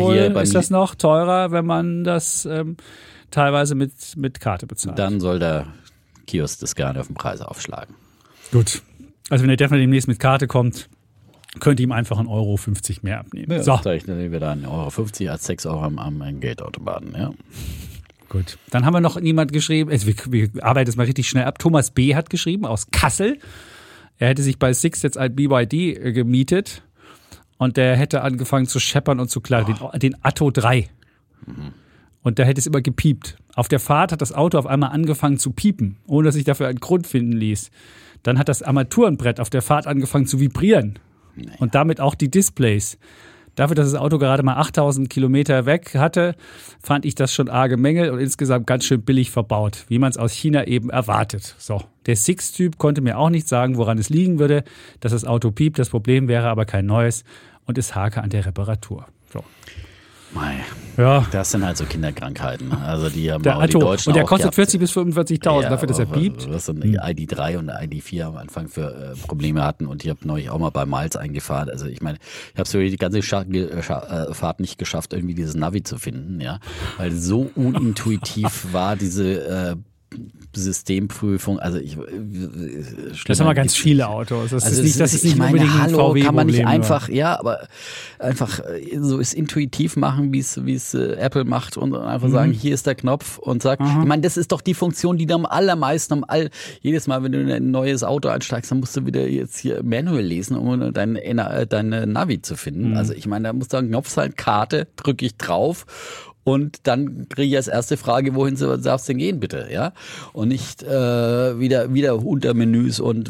das noch teurer, wenn man das teilweise mit Karte bezahlt. Dann soll der Kiosk das gerne auf den Preis aufschlagen. Gut. Also wenn der Defner demnächst mit Karte kommt, könnt ihr ihm einfach 1,50 Euro mehr abnehmen. Ja, so. Dann nehmen wir da 1,50 Euro als 6 Euro am Geldautomaten. Ja. Gut. Dann haben wir noch jemand geschrieben, also wir arbeiten es mal richtig schnell ab. Thomas B. hat geschrieben aus Kassel. Er hätte sich bei Six jetzt ein BYD gemietet und der hätte angefangen zu scheppern und zu klagen, den Atto 3. Mhm. Und da hätte es immer gepiept. Auf der Fahrt hat das Auto auf einmal angefangen zu piepen, ohne dass sich dafür einen Grund finden ließ. Dann hat das Armaturenbrett auf der Fahrt angefangen zu vibrieren. Naja. Und damit auch die Displays. Dafür, dass das Auto gerade mal 8000 Kilometer weg hatte, fand ich das schon arge Mängel und insgesamt ganz schön billig verbaut, wie man es aus China eben erwartet. So, der Six-Typ konnte mir auch nicht sagen, woran es liegen würde, dass das Auto piept. Das Problem wäre aber kein neues und es hake an der Reparatur. So. Mei. Ja. Das sind halt so Kinderkrankheiten. Also die haben der auch die Deutschen und der auch kostet gehabt. 40.000 bis 45.000 dafür, dass er piept. Was dann die ID3 und ID4 am Anfang für Probleme hatten und ich habe neulich auch mal bei Miles eingefahren. Also ich meine, ich habe so die ganze Fahrt nicht geschafft, irgendwie dieses Navi zu finden, ja, weil so unintuitiv war diese Systemprüfung, also das haben wir ganz viele Autos. Das ist nicht unbedingt ein VW-Problem. Kann man nicht einfach so es intuitiv machen, wie es Apple macht und einfach sagen, hier ist der Knopf und sagt, ich meine, das ist doch die Funktion, die da am allermeisten, jedes Mal, wenn du in ein neues Auto einsteigst, dann musst du wieder jetzt hier Manual lesen, um deine Navi zu finden. Also ich meine, da muss da ein Knopf sein, Karte, drücke ich drauf. Und dann kriege ich als erste Frage, wohin darfst du denn gehen, bitte, ja? Und nicht wieder Untermenüs und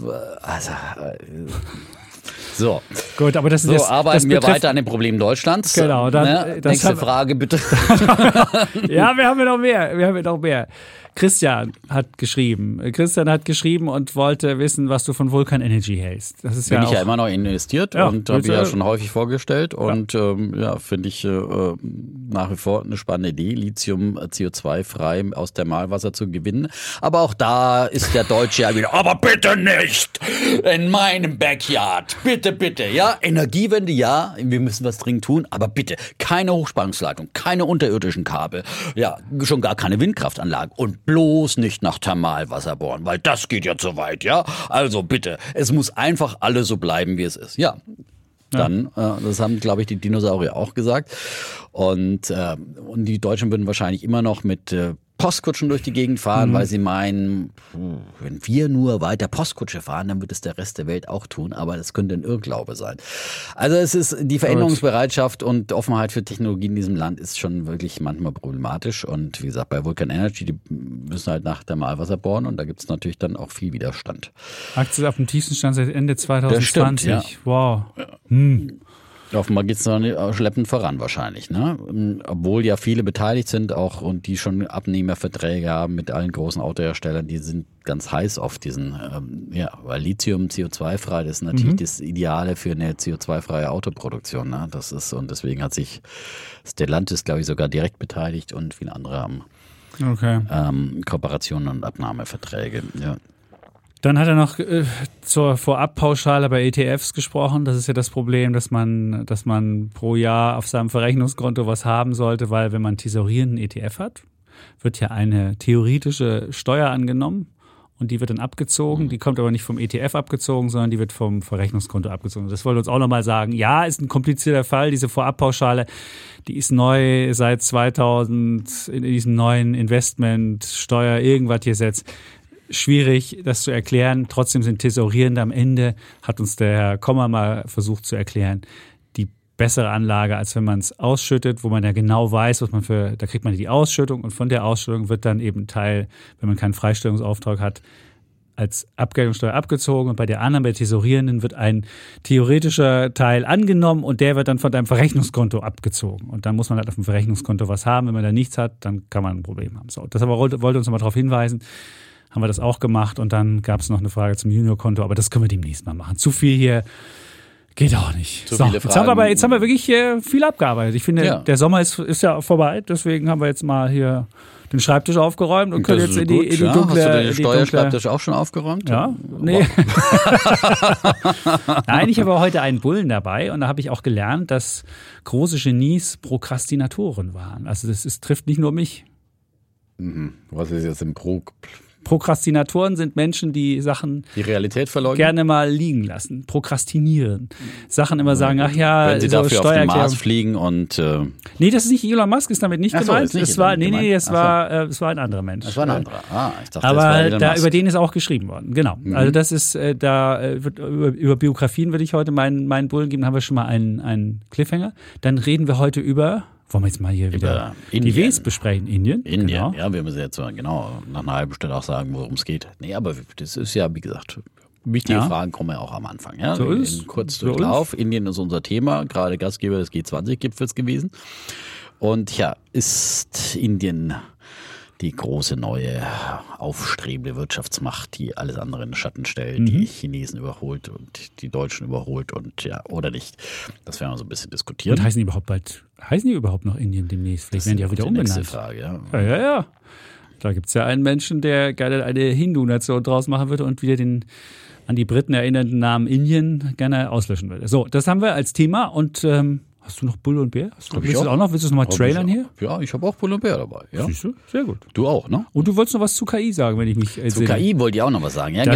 so. Gut, aber das ist so arbeiten wir weiter an dem Problem Deutschlands. Genau. Dann, nächste Frage, bitte. Ja, wir haben ja noch mehr. Christian hat geschrieben und wollte wissen, was du von Vulcan Energy hältst. Das ist Bin ich ja immer noch investiert und habe ich ja schon häufig vorgestellt und finde ich nach wie vor eine spannende Idee, Lithium CO2-frei aus Thermalwasser zu gewinnen. Aber auch da ist der Deutsche ja wieder, aber bitte nicht in meinem Backyard. Bitte, bitte. Ja, Energiewende, ja, wir müssen was dringend tun, aber bitte keine Hochspannungsleitung, keine unterirdischen Kabel, ja, schon gar keine Windkraftanlagen und bloß nicht nach Thermalwasser bohren, weil das geht ja zu weit, ja. Also bitte, es muss einfach alles so bleiben, wie es ist. Ja. Dann, das haben, glaube ich, die Dinosaurier auch gesagt. Und die Deutschen würden wahrscheinlich immer noch mit Postkutschen durch die Gegend fahren, weil sie meinen, wenn wir nur weiter Postkutsche fahren, dann wird es der Rest der Welt auch tun. Aber das könnte ein Irrglaube sein. Also es ist die Veränderungsbereitschaft und Offenheit für Technologie in diesem Land ist schon wirklich manchmal problematisch. Und wie gesagt, bei Vulcan Energy, die müssen halt nach Thermalwasser bohren und da gibt es natürlich dann auch viel Widerstand. Aktie auf dem tiefsten Stand seit Ende 2020. Das stimmt, ja. Wow. Offenbar geht es noch schleppend voran wahrscheinlich, ne? Obwohl ja viele beteiligt sind auch und die schon Abnehmerverträge haben mit allen großen Autoherstellern, die sind ganz heiß auf diesen, weil Lithium CO2-frei, das ist natürlich das Ideale für eine CO2-freie Autoproduktion, ne? Das ist, und deswegen hat sich Stellantis, glaube ich, sogar direkt beteiligt und viele andere haben Kooperationen und Abnahmeverträge, ja. Dann hat er noch zur Vorabpauschale bei ETFs gesprochen. Das ist ja das Problem, dass man pro Jahr auf seinem Verrechnungskonto was haben sollte, weil wenn man einen tesorierenden ETF hat, wird ja eine theoretische Steuer angenommen und die wird dann abgezogen. Die kommt aber nicht vom ETF abgezogen, sondern die wird vom Verrechnungskonto abgezogen. Das wollte uns auch nochmal sagen. Ja, ist ein komplizierter Fall. Diese Vorabpauschale, die ist neu seit 2000 in diesem neuen Investmentsteuer irgendwas Gesetz. Schwierig, das zu erklären. Trotzdem sind Tesorierende am Ende, hat uns der Herr Kommer mal versucht zu erklären, die bessere Anlage, als wenn man es ausschüttet, wo man ja genau weiß, da kriegt man die Ausschüttung und von der Ausschüttung wird dann eben ein Teil, wenn man keinen Freistellungsauftrag hat, als Abgeltungssteuer abgezogen und bei der anderen, bei Tesorierenden, wird ein theoretischer Teil angenommen und der wird dann von deinem Verrechnungskonto abgezogen. Und dann muss man halt auf dem Verrechnungskonto was haben. Wenn man da nichts hat, dann kann man ein Problem haben. So, das aber wollte uns nochmal darauf hinweisen. Haben wir das auch gemacht und dann gab es noch eine Frage zum Juniorkonto, aber das können wir demnächst mal machen. Zu viel hier geht auch nicht. So, jetzt haben wir wirklich viel abgearbeitet. Ich finde, der Sommer ist ja vorbei, deswegen haben wir jetzt mal hier den Schreibtisch aufgeräumt und können jetzt in die dunkle... Hast du den Steuerschreibtisch auch schon aufgeräumt? Ja, nee. Nein, ich habe heute einen Bullen dabei und da habe ich auch gelernt, dass große Genies Prokrastinatoren waren. Also das trifft nicht nur mich. Was ist jetzt im Prokrastinatoren sind Menschen, die Sachen die Realität verleugnen, gerne mal liegen lassen, prokrastinieren. Sachen immer sagen, ach ja, wenn sie so dafür auf den Mars fliegen und nee, das ist nicht Elon Musk, ist damit nicht gemeint. Es war ein anderer Mensch. Das war ein anderer. Ich dachte, aber über den ist auch geschrieben worden. Genau. Also das ist über Biografien würde ich heute meinen Bullen geben, haben wir schon mal einen Cliffhanger. Dann reden wir heute über wollen wir jetzt mal hier wieder die Ws besprechen? Indien, genau. Ja, wir müssen jetzt nach einer halben Stunde auch sagen, worum es geht. Nee, aber das ist ja, wie gesagt, wichtige Fragen kommen ja auch am Anfang. Ja? So ist kurz Durchlauf. Indien ist unser Thema, gerade Gastgeber des G20-Gipfels gewesen. Und ja, ist Indien die große neue aufstrebende Wirtschaftsmacht, die alles andere in den Schatten stellt, die Chinesen überholt und die Deutschen überholt und ja, oder nicht. Das werden wir so ein bisschen diskutieren. Und heißen die überhaupt noch Indien demnächst? Vielleicht werden die auch wieder umbenannt. Nächste Frage, ja. Ja. Da gibt es ja einen Menschen, der gerne eine Hindu-Nation draus machen würde und wieder den an die Briten erinnernden Namen Indien gerne auslöschen würde. So, das haben wir als Thema und hast du noch Bull und Bär? Willst du es nochmal trailern hier? Ja, ich habe auch Bull und Bär dabei. Ja. Siehst du? Sehr gut. Du auch, ne? Und du wolltest noch was zu KI sagen, wenn ich mich erzähle. Zu KI wollte ich auch noch was sagen. Ja,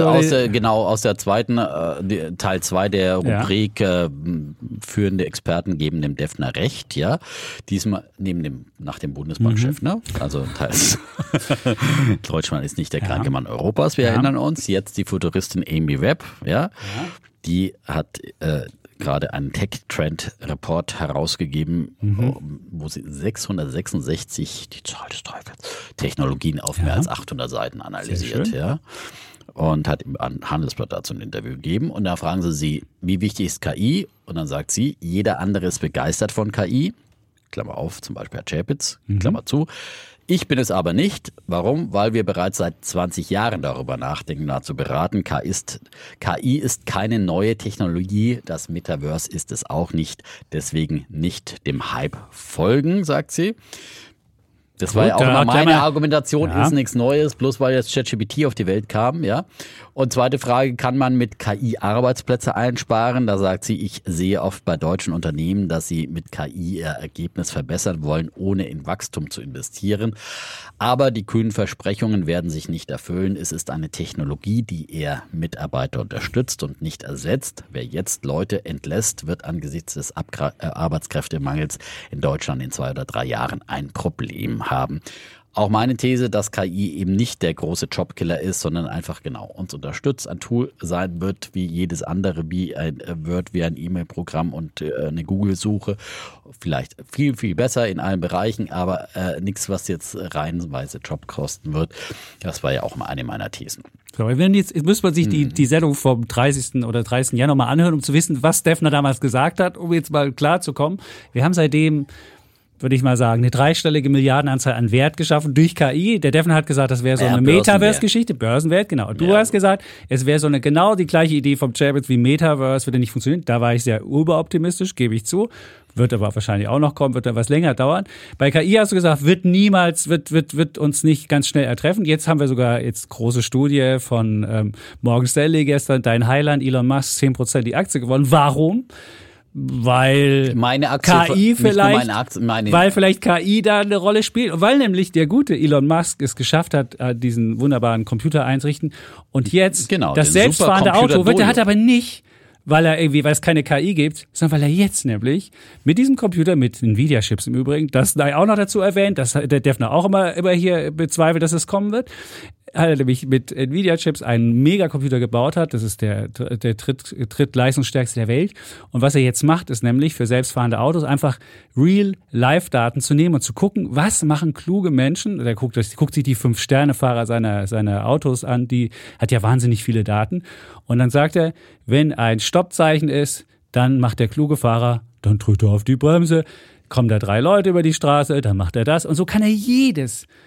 aus der zweiten, Teil 2 der Rubrik führende Experten geben dem Defner Recht, ja. Diesmal nach dem Bundesbankchef, ne? Also teils. Deutschland ist nicht der kranke Mann Europas, wir erinnern uns. Jetzt die Futuristin Amy Webb, ja. Die hat gerade einen Tech-Trend-Report herausgegeben, wo sie 666, die Zahl des Teufels, Technologien auf mehr als 800 Seiten analysiert, ja. Und hat im Handelsblatt dazu ein Interview gegeben. Und da fragen sie, wie wichtig ist KI? Und dann sagt sie, jeder andere ist begeistert von KI. Klammer auf, zum Beispiel Herr Chapitz, Klammer zu. Ich bin es aber nicht. Warum? Weil wir bereits seit 20 Jahren darüber nachdenken, dazu beraten. KI ist keine neue Technologie. Das Metaverse ist es auch nicht. Deswegen nicht dem Hype folgen, sagt sie. Das war ja auch immer meine Argumentation, ist nichts Neues, bloß weil jetzt ChatGPT auf die Welt kam, ja. Und zweite Frage, kann man mit KI Arbeitsplätze einsparen? Da sagt sie, ich sehe oft bei deutschen Unternehmen, dass sie mit KI ihr Ergebnis verbessern wollen, ohne in Wachstum zu investieren. Aber die kühnen Versprechungen werden sich nicht erfüllen. Es ist eine Technologie, die eher Mitarbeiter unterstützt und nicht ersetzt. Wer jetzt Leute entlässt, wird angesichts des Arbeitskräftemangels in Deutschland in 2 oder 3 Jahren ein Problem haben. Auch meine These, dass KI eben nicht der große Jobkiller ist, sondern einfach uns unterstützt, ein Tool sein wird wie jedes andere, wie ein Word, wie ein E-Mail-Programm und eine Google-Suche. Vielleicht viel, viel besser in allen Bereichen, aber nichts, was jetzt reihenweise Job kosten wird. Das war ja auch mal eine meiner Thesen. So, jetzt müsste man sich die Sendung vom 30. oder 30. Januar mal anhören, um zu wissen, was Deffner damals gesagt hat, um jetzt mal klar zu kommen. Wir haben seitdem, würde ich mal sagen, eine 3-stellige Milliardenanzahl an Wert geschaffen durch KI. Der Deffner hat gesagt, das wäre so eine Metaverse-Geschichte, Börsenwert, genau. Und du hast gesagt, es wäre so genau die gleiche Idee vom Chapitz wie Metaverse, würde nicht funktionieren. Da war ich sehr überoptimistisch, gebe ich zu. Wird aber wahrscheinlich auch noch kommen, wird dann was länger dauern. Bei KI hast du gesagt, wird uns nicht ganz schnell ertreffen. Jetzt haben wir sogar große Studie von Morgan Stanley gestern, dein Highland, Elon Musk, 10% die Aktie gewonnen. Warum? Weil meine Aktie, KI vielleicht, weil vielleicht KI da eine Rolle spielt, weil nämlich der gute Elon Musk es geschafft hat, diesen wunderbaren Computer einzurichten und jetzt das selbstfahrende Auto wird, der hat aber nicht, weil es keine KI gibt, sondern weil er jetzt nämlich mit diesem Computer, mit Nvidia-Chips im Übrigen, das sei auch noch dazu erwähnt, das der Deffner auch immer hier bezweifelt, dass es kommen wird, hat er nämlich mit Nvidia-Chips einen Megacomputer gebaut hat. Das ist der drittleistungsstärkste der Welt. Und was er jetzt macht, ist nämlich für selbstfahrende Autos einfach Real-Life-Daten zu nehmen und zu gucken, was machen kluge Menschen. Er guckt sich die 5-Sterne-Fahrer seiner Autos an, die hat ja wahnsinnig viele Daten. Und dann sagt er, wenn ein Stoppzeichen ist, dann macht der kluge Fahrer, dann tritt er auf die Bremse, kommen da 3 Leute über die Straße, dann macht er das. Und so kann er jede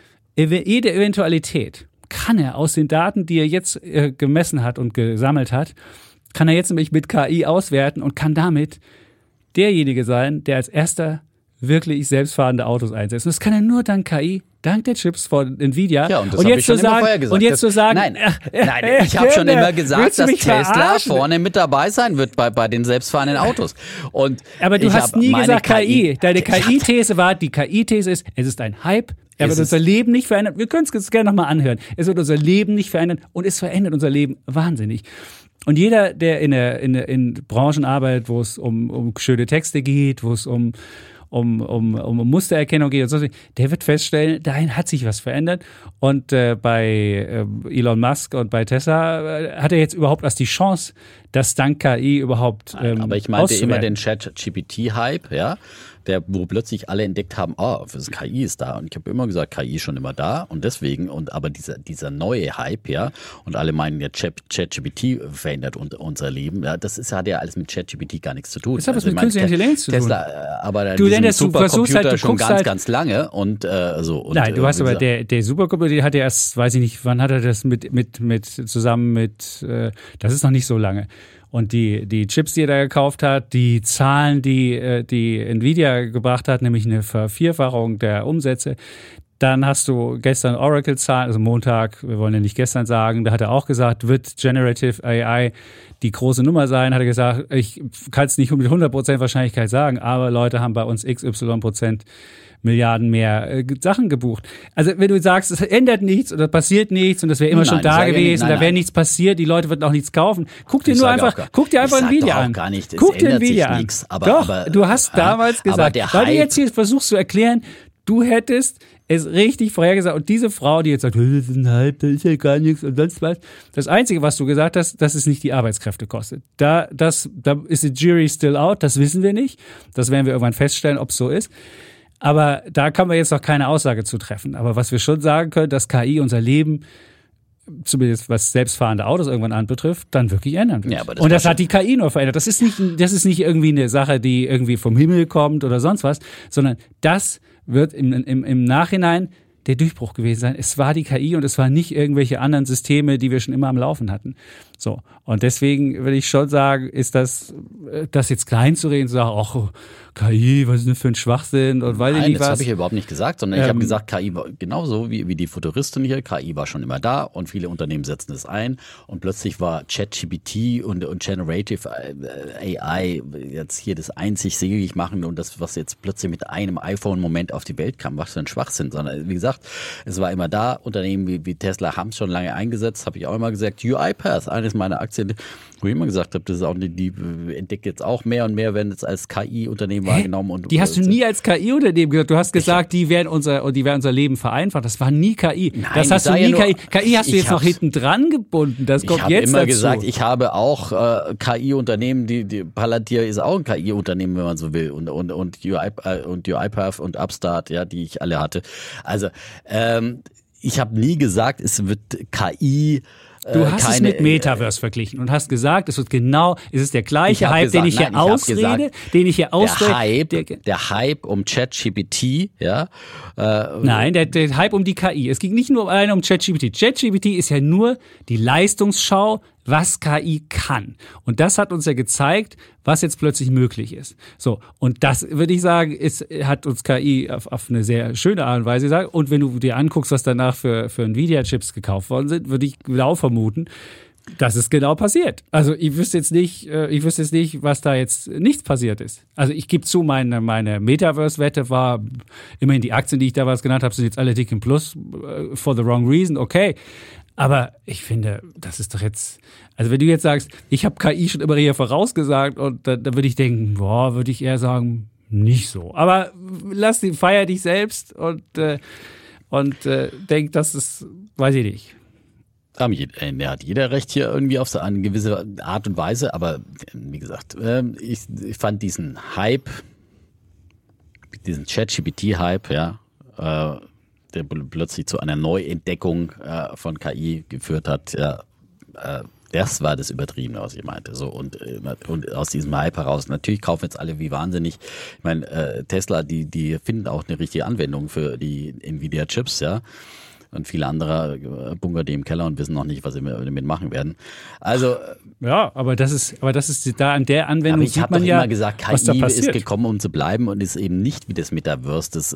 Eventualität kann er aus den Daten, die er jetzt gemessen hat und gesammelt hat, kann er jetzt nämlich mit KI auswerten und kann damit derjenige sein, der als erster wirklich selbstfahrende Autos einsetzt. Und das kann er nur dank KI, dank der Chips von Nvidia. Ja, und das habe ich schon immer vorher gesagt. Und jetzt zu sagen, nein, ich habe schon immer gesagt, dass Tesla vorne mit dabei sein wird bei den selbstfahrenden Autos. Aber du hast nie gesagt KI. Deine KI-These war, die KI-These ist, es ist ein Hype. Er wird unser Leben nicht verändern. Wir können es jetzt gerne nochmal anhören. Es wird unser Leben nicht verändern und es verändert unser Leben wahnsinnig. Und jeder, der in Branchen arbeitet, wo es um schöne Texte geht, wo es um Mustererkennung geht und so, der wird feststellen, dahin hat sich was verändert. Und bei Elon Musk und bei Tesla hat er jetzt überhaupt erst die Chance, das dank KI überhaupt aber ich meinte immer den Chat-GPT-Hype, ja, wo plötzlich alle entdeckt haben, KI ist da. Und ich habe immer gesagt, KI ist schon immer da und deswegen, aber dieser neue Hype, ja, und alle meinen ja, ChatGPT verändert unser Leben, ja, hat ja alles mit ChatGPT gar nichts zu tun. Das hat was mit künstlicher Intelligenz zu tun. Tesla, aber du Supercomputer schon ganz lange und so. Und, nein, du hast aber der Supercomputer, der hat ja erst, weiß ich nicht, wann hat er das zusammen mit, das ist noch nicht so lange. Und die Chips, die er da gekauft hat, die Zahlen, die Nvidia gebracht hat, nämlich eine Vervierfachung der Umsätze. Dann hast du gestern Oracle-Zahlen, also Montag, wir wollen ja nicht gestern sagen, da hat er auch gesagt, wird Generative AI die große Nummer sein, hat er gesagt, ich kann es nicht mit 100% Wahrscheinlichkeit sagen, aber Leute haben bei uns XY% Milliarden mehr Sachen gebucht. Also wenn du sagst, es ändert nichts oder passiert nichts und das wäre immer schon da gewesen, da wäre nichts passiert, die Leute würden auch nichts kaufen. Guck dir einfach Nvidia an. Guck dir Nvidia an. Doch, du hast damals gesagt, weil du jetzt hier versuchst zu erklären, du hättest es richtig vorhergesagt. Und diese Frau, die jetzt sagt, das ist ein Hype, da ist ja gar nichts und sonst was. Das Einzige, was du gesagt hast, dass es nicht die Arbeitskräfte kostet. Da ist die Jury still out, das wissen wir nicht. Das werden wir irgendwann feststellen, ob es so ist. Aber da kann man jetzt noch keine Aussage zu treffen. Aber was wir schon sagen können, dass KI unser Leben, zumindest was selbstfahrende Autos irgendwann anbetrifft, dann wirklich ändern wird. Ja, und das hat die KI nur verändert. Das ist nicht irgendwie eine Sache, die irgendwie vom Himmel kommt oder sonst was, sondern das wird im Nachhinein der Durchbruch gewesen sein. Es war die KI und es waren nicht irgendwelche anderen Systeme, die wir schon immer am Laufen hatten. So. Und deswegen würde ich schon sagen, ist das jetzt klein zu reden, zu sagen, ach, KI, was ist denn für ein Schwachsinn und weiß ich nicht was. Das habe ich überhaupt nicht gesagt, sondern ich habe gesagt, KI war genauso wie die Futuristin hier. KI war schon immer da und viele Unternehmen setzen es ein und plötzlich war ChatGPT und Generative AI jetzt hier das einzig selig machen und das, was jetzt plötzlich mit einem iPhone-Moment auf die Welt kam, was für ein Schwachsinn, sondern wie gesagt, es war immer da. Unternehmen wie Tesla haben es schon lange eingesetzt, habe ich auch immer gesagt. UiPath, eines meiner Aktien, wo ich immer gesagt habe, das ist auch die entdeckt jetzt auch mehr und mehr, werden jetzt als KI-Unternehmen wahrgenommen. Und die hast du nie als KI-Unternehmen gesagt. Du hast gesagt, die werden unser Leben vereinfacht. Das war nie KI. Nein, das hast du nie KI. KI hast du jetzt noch hinten dran gebunden. Das kommt jetzt dazu. Ich habe immer gesagt, ich habe auch KI-Unternehmen, die Palantir ist auch ein KI-Unternehmen, wenn man so will. Und UiPath und Upstart, ja, die ich alle hatte. Also ich habe nie gesagt, es wird KI. Du hast es mit Metaverse verglichen und hast gesagt, es ist der gleiche Hype, den ich hier ausrede. Der Hype um ChatGPT, ja. Nein, der Hype um die KI. Es ging nicht nur alleine um ChatGPT. ChatGPT ist ja nur die Leistungsschau, was KI kann. Und das hat uns ja gezeigt, was jetzt plötzlich möglich ist. So. Und das, würde ich sagen, hat uns KI auf eine sehr schöne Art und Weise gesagt. Und wenn du dir anguckst, was danach für Nvidia-Chips gekauft worden sind, würde ich genau vermuten, das ist genau passiert. Also ich wüsste jetzt nicht, was da jetzt nichts passiert ist. Also ich gebe zu, meine Metaverse-Wette war immerhin die Aktien, die ich damals genannt habe, sind jetzt alle dick im Plus, for the wrong reason, okay. Aber ich finde, das ist doch jetzt, also wenn du jetzt sagst, ich habe KI schon immer hier vorausgesagt und dann würde ich denken, würde ich eher sagen, nicht so. Aber feier dich selbst und denk, das ist, weiß ich nicht. Hat jeder Recht hier irgendwie auf so eine gewisse Art und Weise, aber wie gesagt, ich fand diesen Hype, diesen ChatGPT-Hype, ja, der plötzlich zu einer Neuentdeckung von KI geführt hat, ja, das war das Übertriebene, was ich meinte. So, und aus diesem Hype heraus, natürlich kaufen jetzt alle wie wahnsinnig. Ich meine, Tesla, die finden auch eine richtige Anwendung für die Nvidia-Chips, ja. Und viele andere bunkern die im Keller und wissen noch nicht, was sie damit machen werden. Also ja, aber das ist da an der Anwendung sieht man ja, immer gesagt, KI ist gekommen, um zu bleiben und ist eben nicht wie das Metaverse, das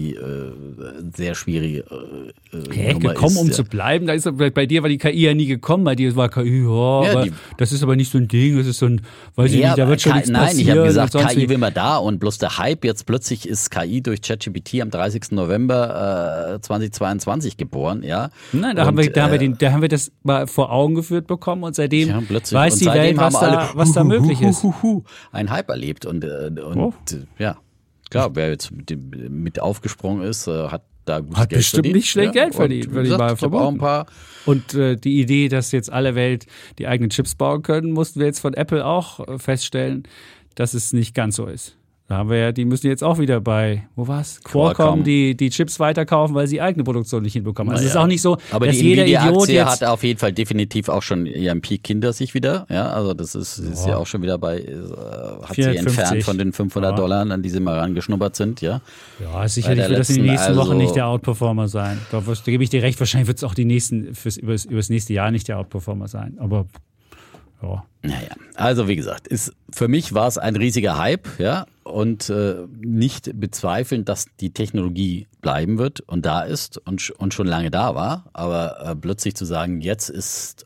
sehr schwierige Nummer gekommen, ist, um zu bleiben. Da ist bei dir war die KI ja nie gekommen, bei dir war KI, das ist aber nicht so ein Ding, das ist so ein, weiß ich nicht, da wird schon nichts passieren. Nein, ich habe gesagt, KI will man da und bloß der Hype, jetzt plötzlich ist KI durch ChatGPT am 30. November 2022 geboren, ja. Nein, da haben wir das mal vor Augen geführt bekommen und seitdem weiß die Welt, was da möglich ist. Ein Hype erlebt und ja, klar, wer jetzt mit aufgesprungen ist, hat da gutes Geld bestimmt verdient. Nicht schlecht Geld verdient, würde ich mal vermuten. Und die Idee, dass jetzt alle Welt die eigenen Chips bauen können, mussten wir jetzt von Apple auch feststellen, dass es nicht ganz so ist. Da haben wir ja, die müssen jetzt auch wieder bei, wo war's? Qualcomm, die Chips weiterkaufen, weil sie eigene Produktion nicht hinbekommen. Also es ist auch nicht so, aber dass die jeder Idiot Aktie jetzt hat auf jeden Fall definitiv auch schon ihren Peak hinter sich wieder. Ja, also das ist ja auch schon wieder bei, hat 450. Sie entfernt von den $500, an die sie mal rangeschnuppert sind. Ja, sicherlich wird das in den nächsten Wochen nicht der Outperformer sein. Da gebe ich dir recht, wahrscheinlich wird es auch übers nächste Jahr nicht der Outperformer sein. Aber ja. Naja, also wie gesagt, für mich war es ein riesiger Hype, ja, und nicht bezweifeln, dass die Technologie bleiben wird und da ist und schon lange da war, aber plötzlich zu sagen, jetzt ist,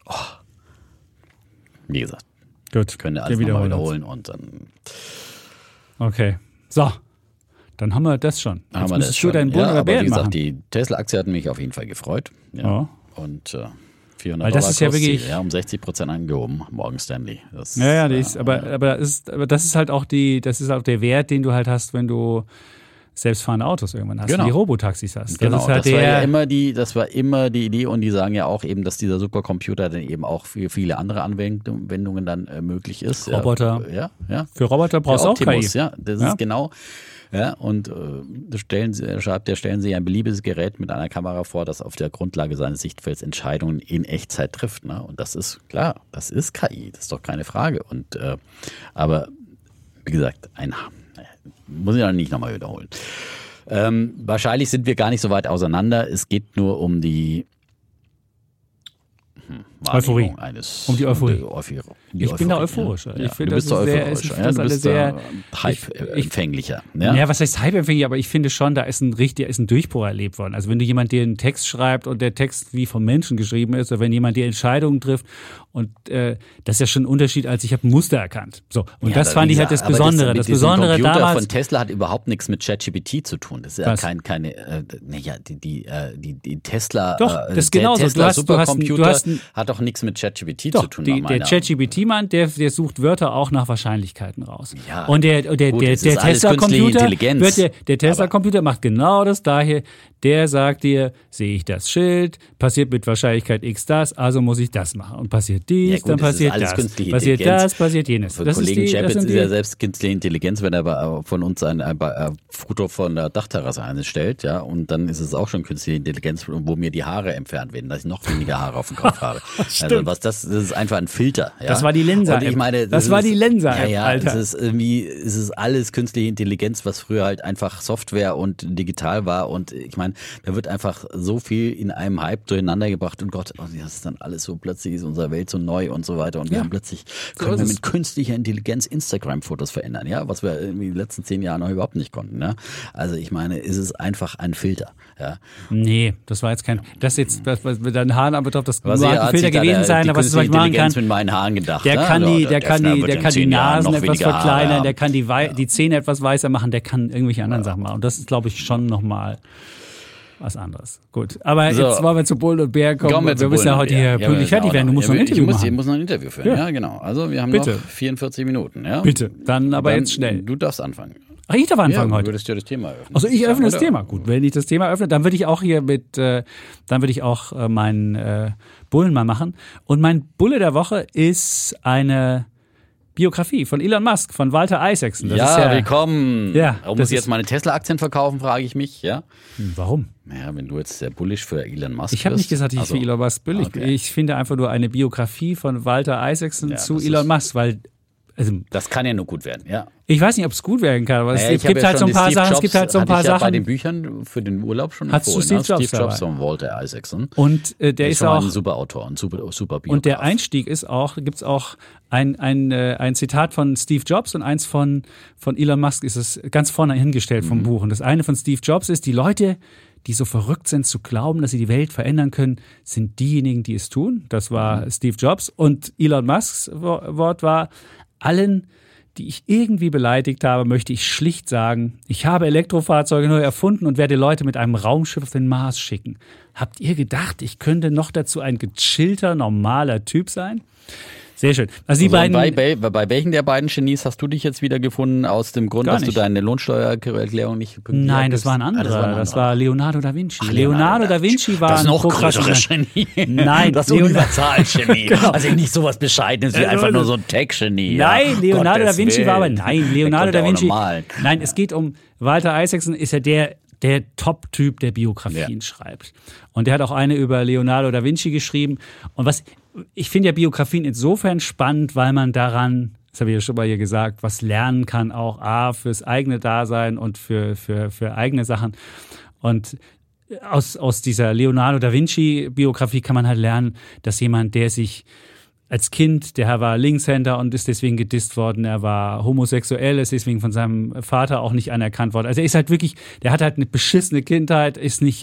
wie gesagt, gut, können wir alles nochmal wiederholen und dann. Okay, so, dann haben wir das schon. Jetzt musst du deinen Bund oder Bären wie gesagt, machen. Die Tesla-Aktie hat mich auf jeden Fall gefreut. Ja. Und $400 das ist ja wirklich um 60% angehoben, Morgan Stanley. Das aber das ist halt auch der Wert, den du halt hast, wenn du selbstfahrende Autos irgendwann hast, genau. Die Robotaxis hast. Genau, das war immer die Idee und die sagen ja auch eben, dass dieser Supercomputer dann eben auch für viele andere Anwendungen dann möglich ist. Roboter. Ja. Für Roboter brauchst du auch KI. Ja, das ist genau. Ja, und stellen Sie ein beliebiges Gerät mit einer Kamera vor, das auf der Grundlage seines Sichtfelds Entscheidungen in Echtzeit trifft. Ne? Und das ist klar, das ist KI, das ist doch keine Frage. Und aber wie gesagt, muss ich auch nicht nochmal wiederholen. Wahrscheinlich sind wir gar nicht so weit auseinander. Es geht nur um die Euphorie. Um die Euphorie. Ich bin da euphorisch. Ja, ich finde, du bist euphorisch. Du bist sehr Hype-empfänglicher. Ja, was heißt Hype-empfänglich? Aber ich finde schon, da ist ein Durchbruch erlebt worden. Also wenn du jemand dir einen Text schreibt und der Text wie vom Menschen geschrieben ist, oder wenn jemand dir Entscheidungen trifft und das ist ja schon ein Unterschied, als ich habe ein Muster erkannt. So, und ja, das fand ich halt das Besondere. Das Besondere Computer damals von Tesla hat überhaupt nichts mit ChatGPT zu tun. Das ist ja die Tesla. Doch, das ist genauso. Tesla Supercomputer hat doch nichts mit ChatGPT zu tun. Der ChatGPT-Mann, der sucht Wörter auch nach Wahrscheinlichkeiten raus. Ja, und der Tesla-Computer der Tesla-Computer macht genau das Gleiche. Der sagt dir, sehe ich das Schild, passiert mit Wahrscheinlichkeit X das, also muss ich das machen. Und passiert dies, dann passiert das. Passiert das, passiert jenes. Für Kollegen Chapitz ist ja selbst künstliche Intelligenz, wenn er von uns ein Foto von der Dachterrasse einstellt, ja, und dann ist es auch schon künstliche Intelligenz, wo mir die Haare entfernt werden, dass ich noch weniger Haare auf dem Kopf habe. Also das ist einfach ein Filter. Ja? Das war die Lensa. Und ich meine, das war die Lensa. Ja, Alter. Es ist alles künstliche Intelligenz, was früher halt einfach Software und digital war. Und ich meine, da wird einfach so viel in einem Hype durcheinander gebracht. Und Gott, das ist dann alles so, plötzlich ist unsere Welt so neu und so weiter. Und wir haben plötzlich, können wir mit künstlicher Intelligenz Instagram-Fotos verändern, ja, was wir in den letzten 10 Jahren noch überhaupt nicht konnten. Ja? Also ich meine, ist es einfach ein Filter. Ja? Nee, das war jetzt kein, das mit deinen Haaren anbetrifft, das nur ein Filter gewesen sein, aber was ich machen kann. Mit meinen Haaren gedacht. Der kann die Nasen etwas verkleinern, der kann die Zähne etwas weißer machen, der kann irgendwelche anderen Sachen machen. Und das ist, glaube ich, schon nochmal was anderes. Gut, aber jetzt wollen wir zu Bullen und Bär kommen. Wir müssen ja heute hier pünktlich fertig werden. Du musst noch ein Interview machen. Ich muss noch ein Interview führen, ja genau. Also wir haben noch 44 Minuten. Ja? Bitte, dann jetzt schnell. Du darfst anfangen. Ach, ich darf anfangen heute. Du würdest ja das Thema öffnen. Also ich öffne das Thema. Gut, wenn ich das Thema öffne, dann würde ich auch hier meinen Bullen mal machen. Und mein Bulle der Woche ist eine Biografie von Elon Musk, von Walter Isaacson. Das ist willkommen. Ja, warum muss ich jetzt meine Tesla-Aktien verkaufen, frage ich mich. Ja. Warum? Ja, wenn du jetzt sehr bullish für Elon Musk Ich habe nicht gesagt, ich für Elon Musk billig. Okay. Ich finde einfach nur eine Biografie von Walter Isaacson zu Elon Musk, weil das kann ja nur gut werden, ja. Ich weiß nicht, ob es gut werden kann, aber es gibt halt so ein paar Sachen. Es gibt halt so ein paar Sachen. Bei den Büchern für den Urlaub schon empfohlen. Steve Jobs von Walter Isaacson. Und der ist auch ein super Autor, ein super Biograf. Und der Einstieg ist auch, gibt's auch ein Zitat von Steve Jobs und eins von Elon Musk ist es ganz vorne hingestellt vom Buch. Und das eine von Steve Jobs ist, die Leute, die so verrückt sind zu glauben, dass sie die Welt verändern können, sind diejenigen, die es tun. Das war Steve Jobs. Und Elon Musks Wort war, allen, die ich irgendwie beleidigt habe, möchte ich schlicht sagen, ich habe Elektrofahrzeuge neu erfunden und werde Leute mit einem Raumschiff auf den Mars schicken. Habt ihr gedacht, ich könnte noch dazu ein gechillter, normaler Typ sein? Sehr schön. Also die beiden. Bei welchen der beiden Genies hast du dich jetzt wieder gefunden, aus dem Grund, dass du deine Lohnsteuererklärung nicht pünktlich Nein, das war ein anderer. Das war Leonardo da Vinci. Ach, Leonardo da Vinci war das noch größere Genie. Nein, das Universalgenie. Genau. Also nicht sowas Bescheidenes wie einfach nur so ein Tech-Genie. Nein, Leonardo da Vinci war aber Leonardo da Vinci. Nein, es geht um Walter Isaacson, ist ja der Top-Typ, der Biografien schreibt. Und der hat auch eine über Leonardo da Vinci geschrieben. Und ich finde ja Biografien insofern spannend, weil man daran, das habe ich ja schon mal hier gesagt, was lernen kann, auch fürs eigene Dasein und für eigene Sachen. Und aus dieser Leonardo da Vinci Biografie kann man halt lernen, dass jemand, der sich als Kind, der war Linkshänder und ist deswegen gedisst worden, er war homosexuell, ist deswegen von seinem Vater auch nicht anerkannt worden. Also er ist halt wirklich, der hat halt eine beschissene Kindheit,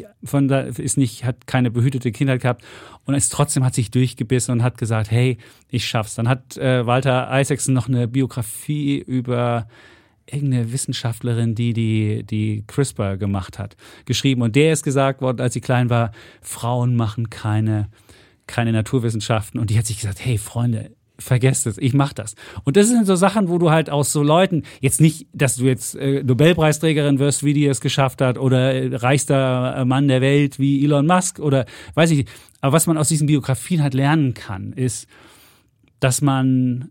hat keine behütete Kindheit gehabt und hat sich durchgebissen und hat gesagt, hey, ich schaff's. Dann hat Walter Isaacson noch eine Biografie über irgendeine Wissenschaftlerin, die CRISPR gemacht hat, geschrieben. Und der ist gesagt worden, als sie klein war, Frauen machen keine Naturwissenschaften. Und die hat sich gesagt, hey Freunde, vergesst es, ich mach das. Und das sind so Sachen, wo du halt aus so Leuten, jetzt nicht, dass du jetzt Nobelpreisträgerin wirst, wie die es geschafft hat, oder reichster Mann der Welt wie Elon Musk oder weiß ich nicht. Aber was man aus diesen Biografien halt lernen kann, ist, dass man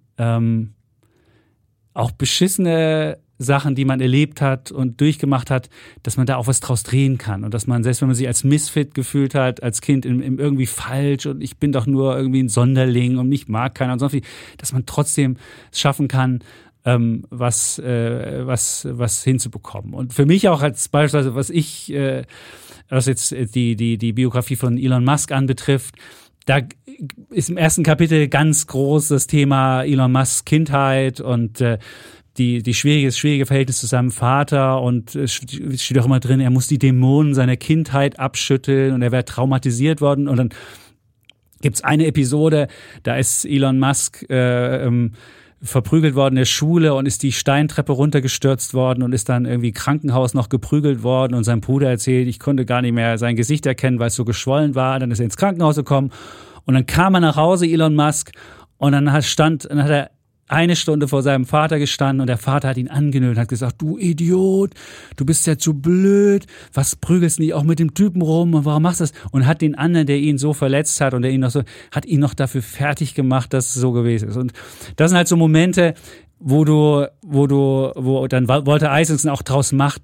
auch beschissene Sachen, die man erlebt hat und durchgemacht hat, dass man da auch was draus drehen kann und dass man, selbst wenn man sich als Misfit gefühlt hat, als Kind im irgendwie falsch und ich bin doch nur irgendwie ein Sonderling und mich mag keiner und so viel, dass man trotzdem es schaffen kann, was hinzubekommen. Und für mich auch als beispielsweise, was jetzt die Biografie von Elon Musk anbetrifft, da ist im ersten Kapitel ganz groß das Thema Elon Musks Kindheit und die schwierige Verhältnis zu seinem Vater, und es steht auch immer drin, er muss die Dämonen seiner Kindheit abschütteln und er wäre traumatisiert worden. Und dann gibt's eine Episode, da ist Elon Musk verprügelt worden in der Schule und ist die Steintreppe runtergestürzt worden und ist dann irgendwie im Krankenhaus noch geprügelt worden, und sein Bruder erzählt, ich konnte gar nicht mehr sein Gesicht erkennen, weil es so geschwollen war. Dann ist er ins Krankenhaus gekommen und dann kam er nach Hause, Elon Musk, und dann hat er eine Stunde vor seinem Vater gestanden und der Vater hat ihn angenötigt, hat gesagt, du Idiot, du bist ja zu blöd, was prügelst du nicht auch mit dem Typen rum und warum machst du das? Und hat den anderen, der ihn so verletzt hat und der ihn hat ihn noch dafür fertig gemacht, dass es so gewesen ist. Und das sind halt so Momente, wo dann Walter Isaacson auch draus macht,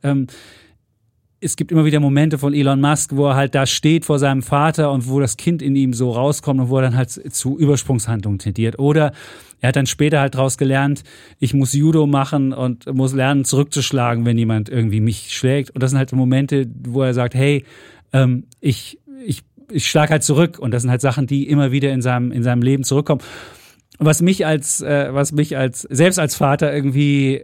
es gibt immer wieder Momente von Elon Musk, wo er halt da steht vor seinem Vater und wo das Kind in ihm so rauskommt und wo er dann halt zu Übersprungshandlungen tendiert. Oder er hat dann später halt draus gelernt, ich muss Judo machen und muss lernen, zurückzuschlagen, wenn jemand irgendwie mich schlägt. Und das sind halt Momente, wo er sagt, hey, ich schlage halt zurück. Und das sind halt Sachen, die immer wieder in seinem Leben zurückkommen. Und was mich selbst als Vater irgendwie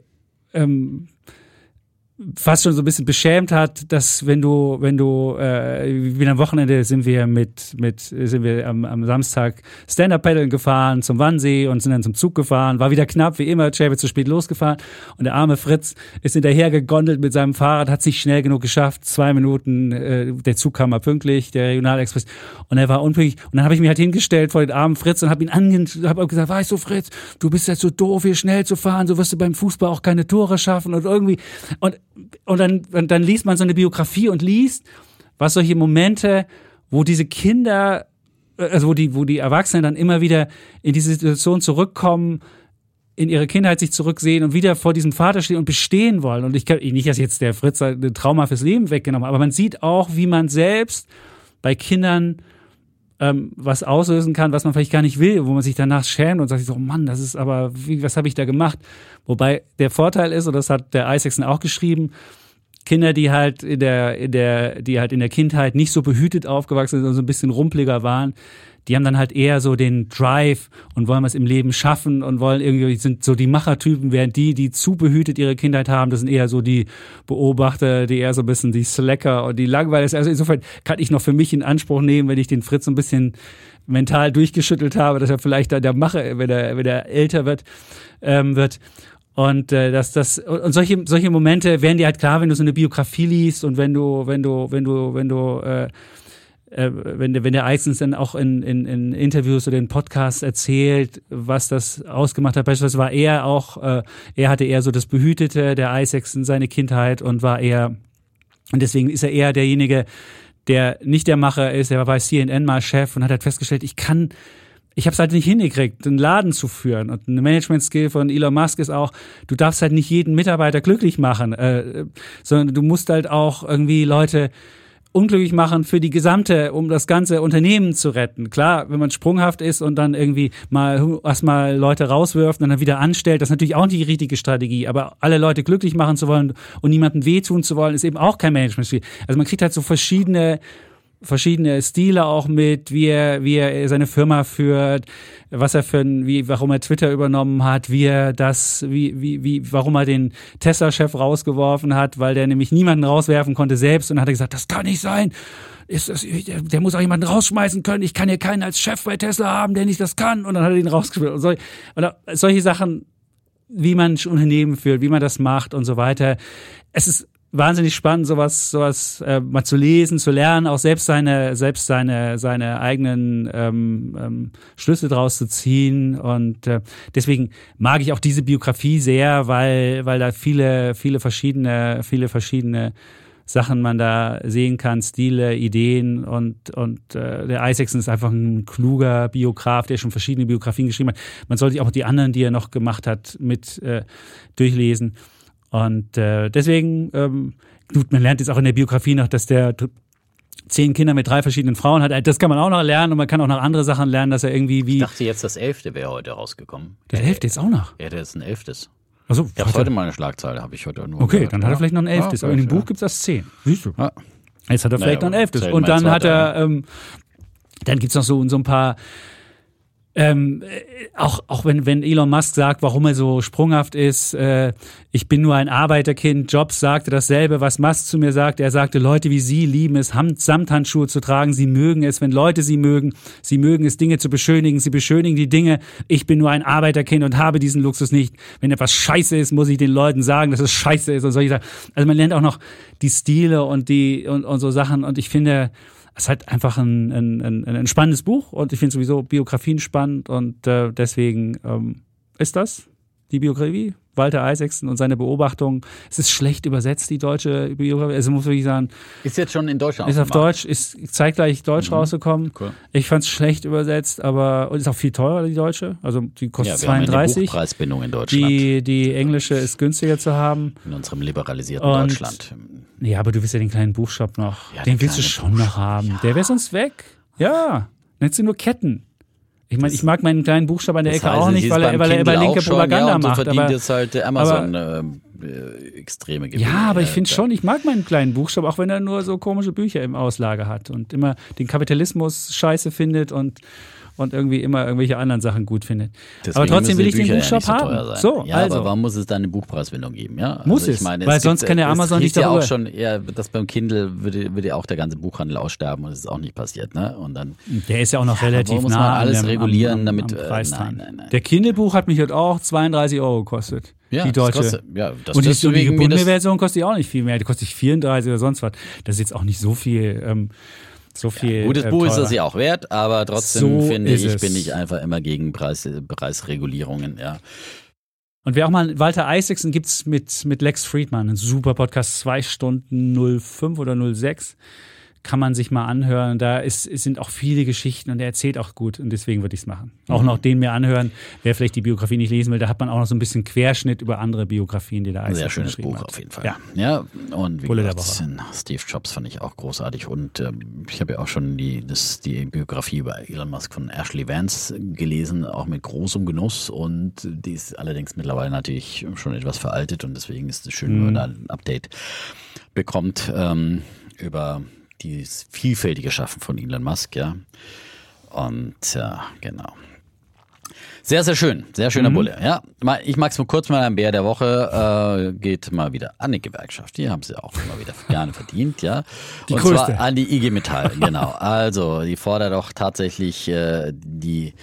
fast schon so ein bisschen beschämt hat, dass wenn du wie am Wochenende sind wir am Samstag Stand-Up-Paddeln gefahren zum Wannsee und sind dann zum Zug gefahren, war wieder knapp, wie immer, Jay wird zu spät losgefahren und der arme Fritz ist hinterher gegondelt mit seinem Fahrrad, hat sich schnell genug geschafft, 2 Minuten, der Zug kam mal pünktlich, der Regionalexpress, und er war unpünktlich, und dann habe ich mich halt hingestellt vor den armen Fritz und habe gesagt, weißt du Fritz, du bist jetzt so doof, hier schnell zu fahren, so wirst du beim Fußball auch keine Tore schaffen und irgendwie, und dann liest man so eine Biografie und liest, was solche Momente, wo diese Kinder, also wo die Erwachsenen dann immer wieder in diese Situation zurückkommen, in ihre Kindheit sich zurücksehen und wieder vor diesem Vater stehen und bestehen wollen. Und nicht, dass jetzt der Fritz ein Trauma fürs Leben weggenommen hat, aber man sieht auch, wie man selbst bei Kindern was auslösen kann, was man vielleicht gar nicht will, wo man sich danach schämt und sagt so, Mann, das ist aber, was habe ich da gemacht? Wobei der Vorteil ist, und das hat der Isaacson auch geschrieben, Kinder, die halt in der Kindheit nicht so behütet aufgewachsen sind und so ein bisschen rumpeliger waren, die haben dann halt eher so den Drive und wollen was im Leben schaffen und wollen irgendwie, sind so die Machertypen, während die zu behütet ihre Kindheit haben, das sind eher so die Beobachter, die eher so ein bisschen die Slacker und die Langweiler. Also insofern kann ich noch für mich in Anspruch nehmen, wenn ich den Fritz so ein bisschen mental durchgeschüttelt habe, dass er vielleicht da der Macher, wenn er älter wird. Und und solche Momente werden dir halt klar, wenn du so eine Biografie liest und wenn der Isaacson dann auch in Interviews oder in Podcasts erzählt, was das ausgemacht hat. Beispielsweise war er hatte eher so das Behütete, der Isaacson, seine Kindheit, und deswegen ist er eher derjenige, der nicht der Macher ist. Er war bei CNN mal Chef und hat halt festgestellt, ich habe es halt nicht hingekriegt, einen Laden zu führen. Und eine Management-Skill von Elon Musk ist auch, du darfst halt nicht jeden Mitarbeiter glücklich machen, sondern du musst halt auch irgendwie Leute unglücklich machen um das ganze Unternehmen zu retten. Klar, wenn man sprunghaft ist und dann irgendwie erstmal Leute rauswirft und dann wieder anstellt, das ist natürlich auch nicht die richtige Strategie. Aber alle Leute glücklich machen zu wollen und niemandem wehtun zu wollen, ist eben auch kein Management-Stil. Also man kriegt halt so verschiedene Stile auch mit, wie er seine Firma führt, warum er Twitter übernommen hat, warum er den Tesla-Chef rausgeworfen hat, weil der nämlich niemanden rauswerfen konnte selbst, und dann hat er gesagt, das kann nicht sein. Der muss auch jemanden rausschmeißen können. Ich kann hier keinen als Chef bei Tesla haben, der nicht das kann. Und dann hat er ihn rausgeschmissen. Und solche Sachen, wie man ein Unternehmen führt, wie man das macht und so weiter. Es ist wahnsinnig spannend, sowas mal zu lesen, zu lernen, auch selbst seine eigenen Schlüsse draus zu ziehen. Und deswegen mag ich auch diese Biografie sehr, weil da viele verschiedene Sachen man da sehen kann, Stile, Ideen, und der Isaacson ist einfach ein kluger Biograf, der schon verschiedene Biografien geschrieben hat. Man sollte auch die anderen, die er noch gemacht hat, mit durchlesen. Und deswegen, man lernt jetzt auch in der Biografie noch, dass der 10 Kinder mit 3 verschiedenen Frauen hat. Das kann man auch noch lernen und man kann auch noch andere Sachen lernen, dass er irgendwie wie... Ich dachte jetzt, das 11. wäre heute rausgekommen. Der 11. jetzt auch noch? Ja, der ist ein 11. Also, ich habe heute mal eine Schlagzeile, habe ich heute nur Okay, gehört. dann hat er vielleicht noch ein 11. Ja, aber in dem Buch gibt es das 10. Siehst du? Ja. Jetzt hat er vielleicht noch ein 11. Und dann hat er, dann gibt es noch so ein paar, auch wenn Elon Musk sagt, warum er so sprunghaft ist, ich bin nur ein Arbeiterkind, Jobs sagte dasselbe, was Musk zu mir sagt. Er sagte, Leute wie Sie lieben es, Samthandschuhe zu tragen, sie mögen es, wenn Leute sie mögen es, Dinge zu beschönigen, sie beschönigen die Dinge. Ich bin nur ein Arbeiterkind und habe diesen Luxus nicht. Wenn etwas scheiße ist, muss ich den Leuten sagen, dass es scheiße ist und solche Sachen. Also man lernt auch noch die Stile und so Sachen und ich finde, es ist halt einfach ein spannendes Buch und ich finde sowieso Biografien spannend und deswegen ist das die Biografie. Walter Isaacson und seine Beobachtung. Es ist schlecht übersetzt, die deutsche Biografie. Also muss ich sagen. Ist jetzt schon in Deutschland ist auf Deutsch, ist zeitgleich Deutsch rausgekommen. Cool. Ich fand es schlecht übersetzt, aber ist auch viel teurer, die deutsche. Also die kostet 32. Haben eine Buchpreisbindung in Deutschland. Die englische ist günstiger zu haben. In unserem liberalisierten Deutschland. Ja, aber du willst ja den kleinen Buchshop noch. Ja, den willst du schon noch haben. Ja. Der wäre sonst weg. Ja. Nennst du nur Ketten. Ich meine, ich mag meinen kleinen Buchstaben an der Ecke auch nicht, weil er über linke Propaganda macht. So verdient jetzt halt Amazon extreme Gewinne. Ja, aber ich finde schon, ich mag meinen kleinen Buchstaben, auch wenn er nur so komische Bücher im Auslage hat und immer den Kapitalismus scheiße findet und irgendwie immer irgendwelche anderen Sachen gut findet. Deswegen aber trotzdem will ich den Buchshop haben. So, ja, also. Aber warum muss es dann eine Buchpreisbindung geben? Ja? Muss es, weil sonst kann der Amazon nicht darüber. Ja auch schon, das beim Kindle würde ja auch der ganze Buchhandel aussterben und es ist auch nicht passiert. Ne? Und dann, der ist ja auch noch relativ nah. Muss man alles regulieren, damit. Nein. Der Kindle-Buch hat mich halt auch 32 € gekostet. Ja, die deutsche. Und die gebundene Version kostet ja auch nicht viel mehr. Die kostet 34 oder sonst was. Das ist jetzt auch nicht so viel. Gutes Buch ist das ja auch wert, aber trotzdem bin ich einfach immer gegen Preisregulierungen, ja. Und wer auch mal, Walter Isaacson gibt's mit Lex Friedman, ein super Podcast, 2 Stunden 05 oder 06. Kann man sich mal anhören. Da sind auch viele Geschichten und er erzählt auch gut und deswegen würde ich es machen. Auch noch den mir anhören, wer vielleicht die Biografie nicht lesen will, da hat man auch noch so ein bisschen Querschnitt über andere Biografien, die da Sehr schönes Buch hat. Auf jeden Fall. Ja und wie gesagt, Steve Jobs fand ich auch großartig und ich habe ja auch schon die Biografie über Elon Musk von Ashley Vance gelesen, auch mit großem Genuss und die ist allerdings mittlerweile natürlich schon etwas veraltet und deswegen ist es schön, wenn man da ein Update bekommt über dieses vielfältige Schaffen von Elon Musk, ja. Und ja, genau. Sehr, sehr schön. Sehr schöner Bulle, ja. Ich mag's mal kurz mal, ein Bär der Woche geht mal wieder an die Gewerkschaft. Die haben sie auch immer wieder gerne verdient, ja. Die größte. Zwar an die IG Metall, genau. Also, die fordert auch tatsächlich die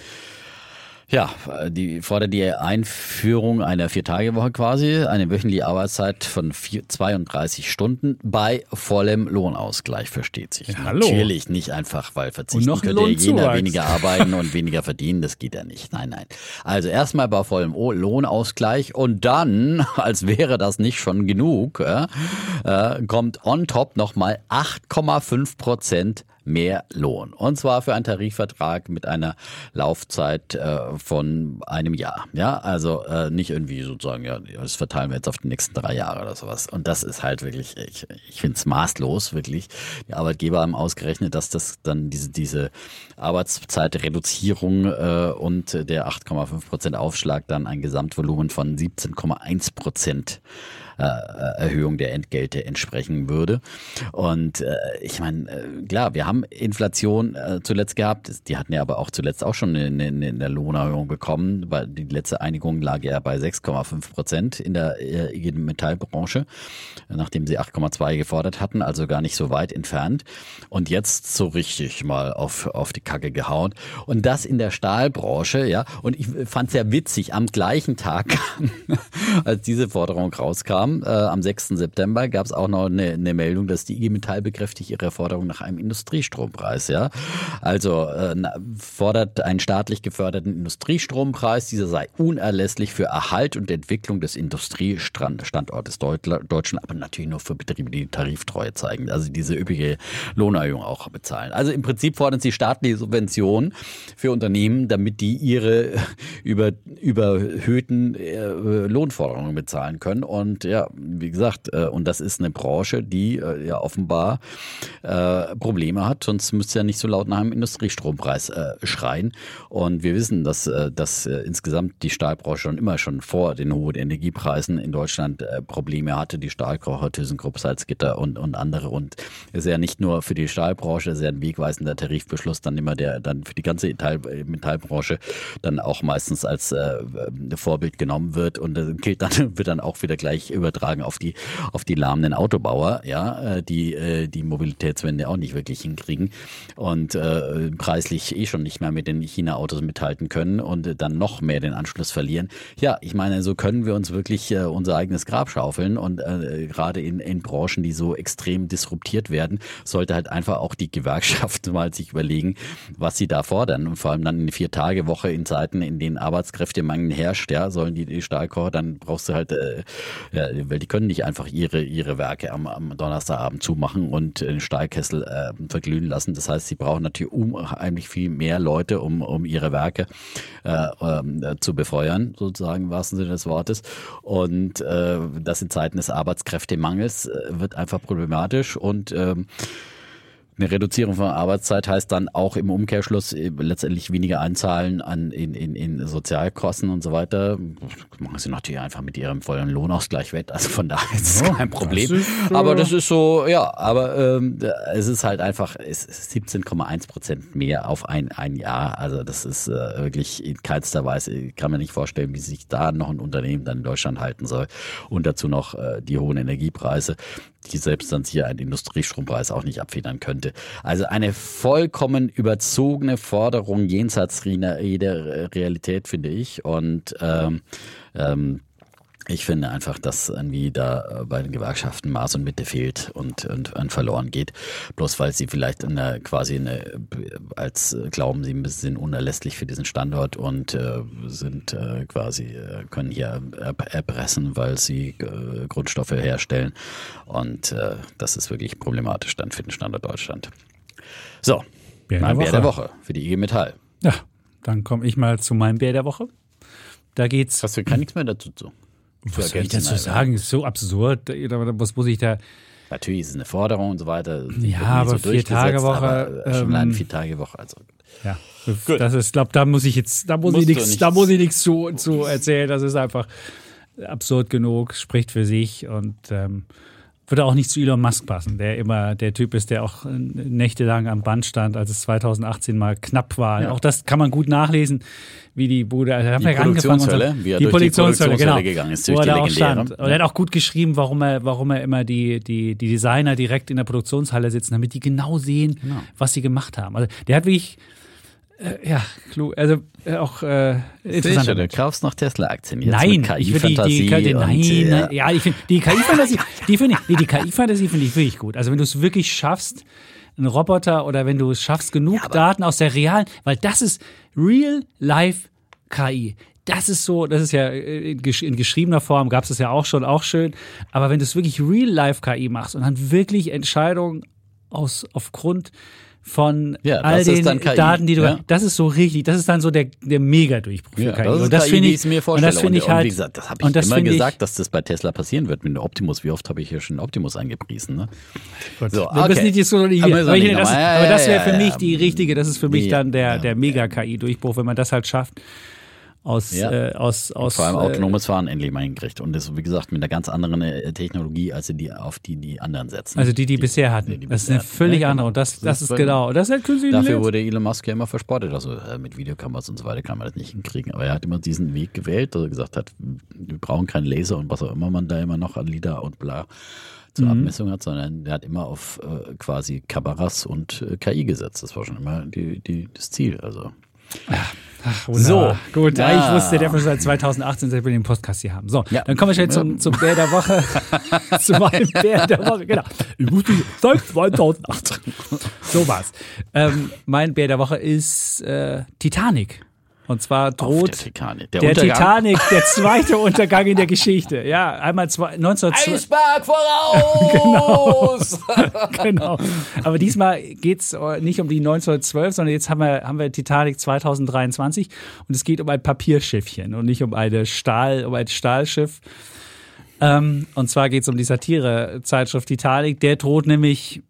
fordert die Einführung einer 4-Tage-Woche quasi, eine wöchentliche Arbeitszeit von 32 Stunden bei vollem Lohnausgleich, versteht sich. Ja, hallo. Natürlich nicht einfach, weil verzichten könnte jener weniger arbeiten und weniger verdienen, das geht ja nicht. Nein. Also erstmal bei vollem Lohnausgleich und dann, als wäre das nicht schon genug, kommt on top nochmal 8,5% mehr Lohn. Und zwar für einen Tarifvertrag mit einer Laufzeit von einem Jahr. Ja, also nicht irgendwie sozusagen, ja, das verteilen wir jetzt auf die nächsten 3 Jahre oder sowas. Und das ist halt wirklich, ich finde es maßlos, wirklich. Die Arbeitgeber haben ausgerechnet, dass das dann diese Arbeitszeitreduzierung und der 8,5% Aufschlag dann ein Gesamtvolumen von 17,1% Erhöhung der Entgelte entsprechen würde. Und ich meine, klar, wir haben Inflation zuletzt gehabt. Die hatten ja aber auch zuletzt auch schon eine Lohnerhöhung bekommen, weil die letzte Einigung lag ja bei 6,5% in der IG Metallbranche, nachdem sie 8,2 gefordert hatten, also gar nicht so weit entfernt. Und jetzt so richtig mal auf die Kacke gehauen. Und das in der Stahlbranche, ja. Und ich fand es ja witzig, am gleichen Tag, als diese Forderung rauskam, am 6. September gab es auch noch eine Meldung, dass die IG Metall bekräftigt ihre Forderung nach einem Industriestrompreis. Ja? Also fordert einen staatlich geförderten Industriestrompreis. Dieser sei unerlässlich für Erhalt und Entwicklung des Industriestandortes Deutschland, aber natürlich nur für Betriebe, die Tariftreue zeigen. Also diese üppige Lohnerhöhung auch bezahlen. Also im Prinzip fordern sie staatliche Subventionen für Unternehmen, damit die ihre überhöhten Lohnforderungen bezahlen können. Und ja, wie gesagt, und das ist eine Branche, die ja offenbar Probleme hat, sonst müsste ja nicht so laut nach einem Industriestrompreis schreien. Und wir wissen, dass insgesamt die Stahlbranche schon vor den hohen Energiepreisen in Deutschland Probleme hatte, die Stahlkocher, ThyssenKrupp, Salzgitter und andere. Und es ist ja nicht nur für die Stahlbranche, es ist ja ein wegweisender Tarifbeschluss dann immer, der dann für die ganze Metallbranche dann auch meistens als Vorbild genommen wird und wird dann auch wieder gleich übertragen auf die lahmenden Autobauer, ja, die Mobilitätswende auch nicht wirklich hinkriegen und preislich schon nicht mehr mit den China-Autos mithalten können und dann noch mehr den Anschluss verlieren. Ja, ich meine, so können wir uns wirklich unser eigenes Grab schaufeln und gerade in Branchen, die so extrem disruptiert werden, sollte halt einfach auch die Gewerkschaften mal sich überlegen, was sie da fordern und vor allem dann eine 4-Tage-Woche in Zeiten, in denen Arbeitskräftemangel herrscht, ja, sollen die Stahlkocher, dann brauchst du halt, weil die können nicht einfach ihre Werke am Donnerstagabend zumachen und den Stahlkessel verglühen lassen. Das heißt, sie brauchen natürlich unheimlich viel mehr Leute, um ihre Werke zu befeuern, sozusagen im wahrsten Sinne des Wortes. Und das in Zeiten des Arbeitskräftemangels wird einfach problematisch und eine Reduzierung von Arbeitszeit heißt dann auch im Umkehrschluss letztendlich weniger einzahlen in Sozialkosten und so weiter. Machen sie natürlich einfach mit ihrem vollen Lohnausgleich wett. Also von daher ist es kein Problem. Aber das ist so, ja, aber es ist halt einfach, es ist 17,1% mehr auf ein Jahr. Also das ist wirklich in keinster Weise, kann man nicht vorstellen, wie sich da noch ein Unternehmen dann in Deutschland halten soll. Und dazu noch die hohen Energiepreise, die selbst dann hier einen Industriestrompreis auch nicht abfedern könnte. Also eine vollkommen überzogene Forderung jenseits jeder Realität, finde ich. Und ich finde einfach, dass irgendwie da bei den Gewerkschaften Maß und Mitte fehlt und verloren geht. Bloß weil sie vielleicht glauben, sie sind unerlässlich für diesen Standort und sind können hier erpressen, weil sie Grundstoffe herstellen. Und das ist wirklich problematisch dann für den Standort Deutschland. So, mein Bär der Woche für die IG Metall. Ja, dann komme ich mal zu meinem Bär der Woche. Da geht's. Hast du gar nichts mehr dazu zu? Was soll ich dazu sagen? Ist so absurd. Was muss ich da? Natürlich ist es eine Forderung und so weiter. Ja, aber so 4-Tage-Woche. Schon eine 4-Tage-Woche. Also. Ja, gut. Das ist, glaube da muss ich nichts zu erzählen. Das ist einfach absurd genug, spricht für sich und würde auch nicht zu Elon Musk passen, der immer der Typ ist, der auch nächtelang am Band stand, als es 2018 mal knapp war. Ja. Auch das kann man gut nachlesen, wie die Bude, also die Produktionshölle, wie er durch die Produktionshölle genau, gegangen ist, durch die legendäre. Und er hat auch gut geschrieben, warum er immer die Designer direkt in der Produktionshalle sitzen, damit die genau sehen, was sie gemacht haben. Also der hat wirklich auch interessant. Du kaufst noch Tesla-Aktien jetzt. Nein, ich finde die KI-Fantasie, die KI-Fantasie finde ich wirklich gut. Also wenn du es wirklich schaffst, einen Roboter oder wenn du es schaffst, genug Daten aus der realen, weil das ist Real-Life-KI. Das ist ja in geschriebener Form, gab es das ja auch schon, auch schön. Aber wenn du es wirklich Real-Life-KI machst und dann wirklich Entscheidungen aufgrund von all den Daten, die du, das ist so richtig, das ist dann so der Mega-Durchbruch für KI. Und das finde ich mir vorstelle. Und wie gesagt, das habe ich immer gesagt, dass das bei Tesla passieren wird mit dem Optimus. Wie oft habe ich hier schon Optimus angepriesen, ne? So, okay. Wir müssen nicht diskutieren. Aber das wäre für mich die richtige, das ist für mich dann der Mega-KI-Durchbruch, wenn man das halt schafft. Vor allem autonomes Fahren endlich mal hingekriegt. Und das, wie gesagt, mit einer ganz anderen Technologie, als auf die anderen setzen. Also die bisher hatten. Das ist eine völlig andere. Und das ist genau. Und das ist halt künstliche Intelligenz. Dafür wurde Elon Musk ja immer verspottet. Also mit Videokameras und so weiter kann man das nicht hinkriegen. Aber er hat immer diesen Weg gewählt, dass er gesagt hat, wir brauchen keinen Laser und was auch immer man da immer noch an LIDAR und bla zur Abmessung hat, sondern er hat immer auf quasi Kameras und KI gesetzt. Das war schon immer das Ziel. Also. Ach, so, gut. Ja. Ich wusste, der schon seit 2018 seit wir den Podcast hier haben. So, dann kommen wir schnell zum Bär der Woche. Zu meinem Bär der Woche, genau. Ich wusste seit 2018. So war's. Mein Bär der Woche ist Titanic. Und zwar droht der Titanic, der zweite Untergang in der Geschichte. Ja, einmal 1912. Eisberg voraus! Genau. Aber diesmal geht's nicht um die 1912, sondern jetzt haben wir Titanic 2023 und es geht um ein Papierschiffchen und nicht um ein Stahlschiff. Und zwar geht es um die Satire-Zeitschrift Titanic. Der droht nämlich,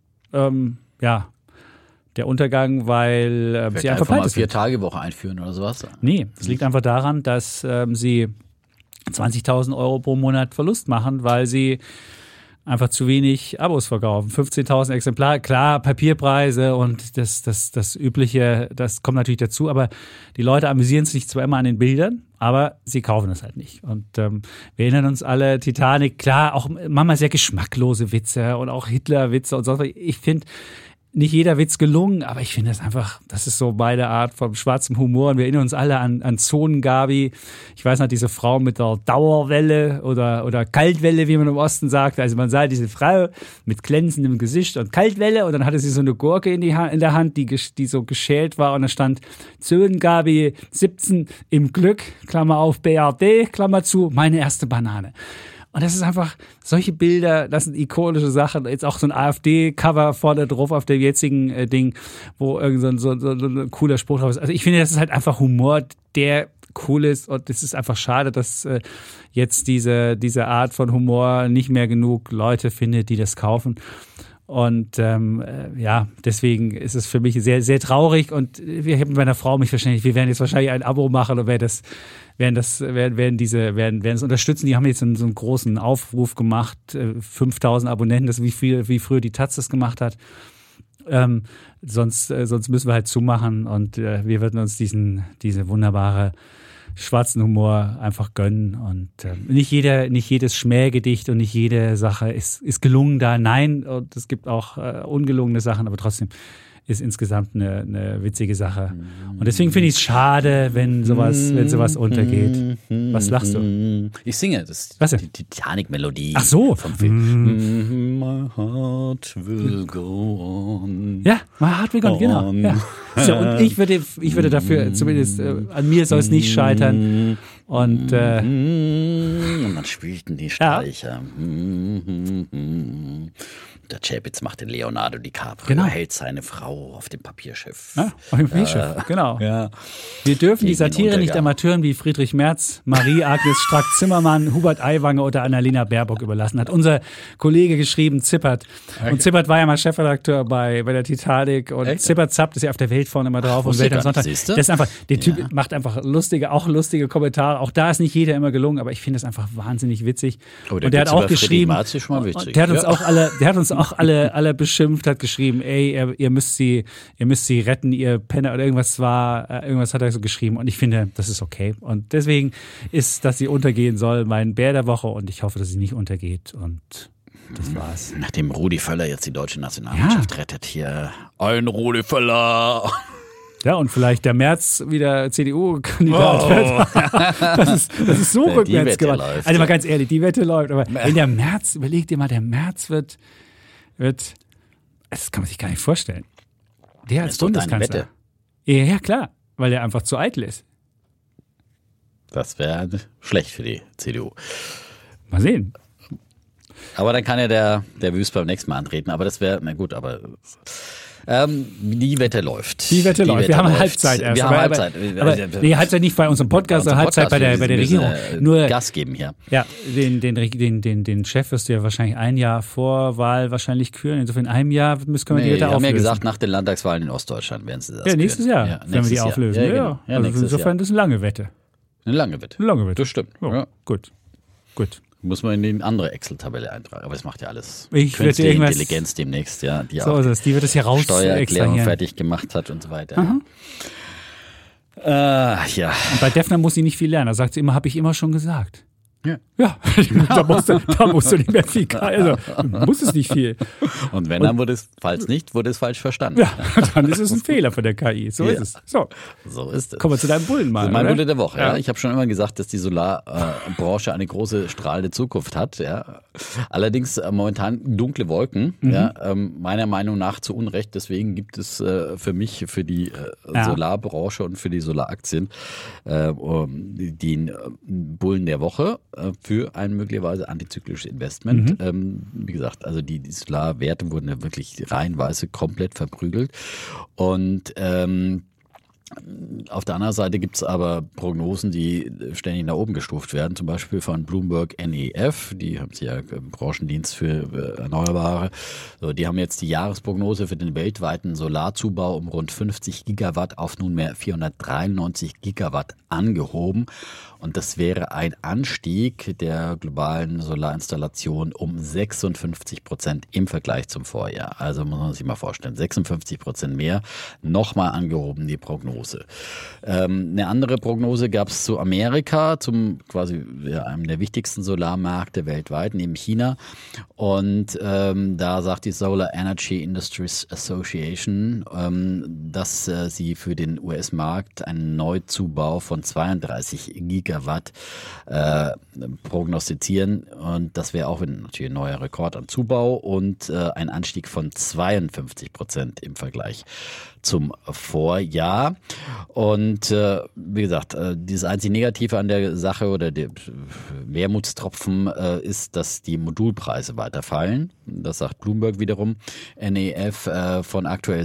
der Untergang, weil sie einfach mal 4-Tage-Woche einführen oder sowas? Nee, es liegt einfach daran, dass sie 20.000 Euro pro Monat Verlust machen, weil sie einfach zu wenig Abos verkaufen. 15.000 Exemplare, klar, Papierpreise und das Übliche, das kommt natürlich dazu, aber die Leute amüsieren sich zwar immer an den Bildern, aber sie kaufen es halt nicht. Und wir erinnern uns alle, Titanic, klar, auch manchmal sehr geschmacklose Witze und auch Hitler-Witze und so. Ich finde, nicht jeder Witz gelungen, aber ich finde das ist so meine Art vom schwarzen Humor. Und wir erinnern uns alle an Zonengabi. Ich weiß noch, diese Frau mit der Dauerwelle oder Kaltwelle, wie man im Osten sagt. Also man sah diese Frau mit glänzendem Gesicht und Kaltwelle und dann hatte sie so eine Gurke in der Hand, die so geschält war und da stand Zonengabi 17 im Glück, Klammer auf BRD, Klammer zu, meine erste Banane. Und das ist einfach, solche Bilder, das sind ikonische Sachen. Jetzt auch so ein AfD-Cover vorne drauf auf dem jetzigen Ding, wo irgend so ein cooler Spruch drauf ist. Also ich finde, das ist halt einfach Humor, der cool ist. Und es ist einfach schade, dass jetzt diese Art von Humor nicht mehr genug Leute findet, die das kaufen. Und deswegen ist es für mich sehr, sehr traurig. Und wir haben mit meiner Frau wir werden jetzt wahrscheinlich ein Abo machen und werden es unterstützen. Die haben jetzt so einen großen Aufruf gemacht, 5.000 Abonnenten, das ist wie früher die Taz das gemacht hat. Sonst müssen wir halt zumachen und wir würden uns diese wunderbare schwarzen Humor einfach gönnen und nicht jedes Schmähgedicht und nicht jede Sache ist gelungen da. Nein, und es gibt auch ungelungene Sachen, aber trotzdem ist insgesamt eine witzige Sache. Und deswegen finde ich es schade, wenn sowas untergeht. Was lachst du? Ich singe, das Was ist die Titanic-Melodie. Ach so. Vom Film. My heart will go on. Ja, my heart will go on, genau. Ja. So, und ich würde dafür, zumindest an mir soll es nicht scheitern. Und dann spielten die Streicher. Der Chapitz macht den Leonardo DiCaprio, genau. Hält seine Frau auf dem Papierschiff. Ja, auf dem Papierschiff, genau. Ja. Wir dürfen die Gegen den Satire nicht Untergang. Amateuren wie Friedrich Merz, Marie-Agnes Strack-Zimmermann, Hubert Aiwanger oder Annalena Baerbock überlassen, hat unser Kollege geschrieben, Zippert. Okay. Und Zippert war ja mal Chefredakteur bei der Titanic und Echt? Zippert zappt ist ja auf der Welt vorne immer drauf und Welt am Sonntag. Das ist einfach, der Typ macht einfach lustige Kommentare. Auch da ist nicht jeder immer gelungen, aber ich finde es einfach wahnsinnig witzig. Oh, und der hat auch geschrieben, schon mal witzig. der hat uns auch alle beschimpft, hat geschrieben, ey, ihr müsst sie retten, ihr Penner oder irgendwas hat er so geschrieben und ich finde, das ist okay. Und deswegen ist, dass sie untergehen soll, mein Bär der Woche und ich hoffe, dass sie nicht untergeht und das war's. Nachdem Rudi Völler jetzt die deutsche Nationalmannschaft rettet, hier ein Rudi Völler. Ja, und vielleicht der Merz wieder CDU-Kandidat wird. Das ist so rückwärts gemacht. Also mal ganz ehrlich, die Wette läuft. Aber wenn der Merz, überleg dir mal, der Merz wird, das kann man sich gar nicht vorstellen. Der als Bundeskanzler. Ja, klar, weil der einfach zu eitel ist. Das wäre schlecht für die CDU. Mal sehen. Aber dann kann ja der Wüst beim nächsten Mal antreten. Aber das wäre, na gut, aber die Wette läuft. Die Wette läuft. Wir haben Halbzeit erst. Wir haben Halbzeit. Nee, Halbzeit nicht bei unserem Podcast, sondern Halbzeit bei der Regierung. Nur Gas geben hier. Ja, den Chef wirst du ja wahrscheinlich ein Jahr vor Wahl wahrscheinlich küren. Insofern in einem Jahr können wir die Wette auflösen. Wir haben ja gesagt, nach den Landtagswahlen in Ostdeutschland werden sie das küren. Ja, nächstes Jahr werden wir die auflösen. Ja, also insofern das ist eine lange Wette. Eine lange Wette. Das stimmt. Ja. Gut. Muss man in die andere Excel-Tabelle eintragen. Aber das macht ja alles künstliche Intelligenz demnächst, ja, die so auch ist es. Die wird es hier raus Steuererklärung fertig gemacht hat und so weiter. Ja. Und bei Defner muss sie nicht viel lernen. Da sagt sie immer, habe ich immer schon gesagt. Ja. Da musst du nicht mehr viel, also muss es nicht viel. Und wenn, dann wurde es falsch verstanden. Ja, dann ist es ein Fehler von der KI. So ist es. So ist es. Kommen wir zu deinem Bullenmann. Also mein Bulle der Woche. Ja. Ich habe schon immer gesagt, dass die Solarbranche eine große strahlende Zukunft hat. Ja. Allerdings momentan dunkle Wolken. Ja. Meiner Meinung nach zu Unrecht. Deswegen gibt es für mich, für die Solarbranche und für die Solaraktien den Bullen der Woche für ein möglicherweise antizyklisches Investment. Wie gesagt, also die Solarwerte wurden ja wirklich reihenweise komplett verprügelt. Und Auf der anderen Seite gibt es aber Prognosen, die ständig nach oben gestuft werden, zum Beispiel von Bloomberg NEF, die haben sie ja Branchendienst für Erneuerbare. So, die haben jetzt die Jahresprognose für den weltweiten Solarzubau um rund 50 Gigawatt auf nunmehr 493 Gigawatt angehoben. Und das wäre ein Anstieg der globalen Solarinstallation um 56% im Vergleich zum Vorjahr. Also muss man sich mal vorstellen, 56% mehr, nochmal angehoben die Prognose. Eine andere Prognose gab es zu Amerika, zum quasi einem der wichtigsten Solarmärkte weltweit, neben China. Und da sagt die Solar Energy Industries Association, dass sie für den US-Markt einen Neuzubau von 32 Gigawatt prognostizieren. Und das wäre auch natürlich ein neuer Rekord an Zubau und ein Anstieg von 52% im Vergleich zum Vorjahr. Und wie gesagt, dieses einzige Negative an der Sache oder der Wermutstropfen ist, dass die Modulpreise weiterfallen. Das sagt Bloomberg wiederum. NEF von aktuell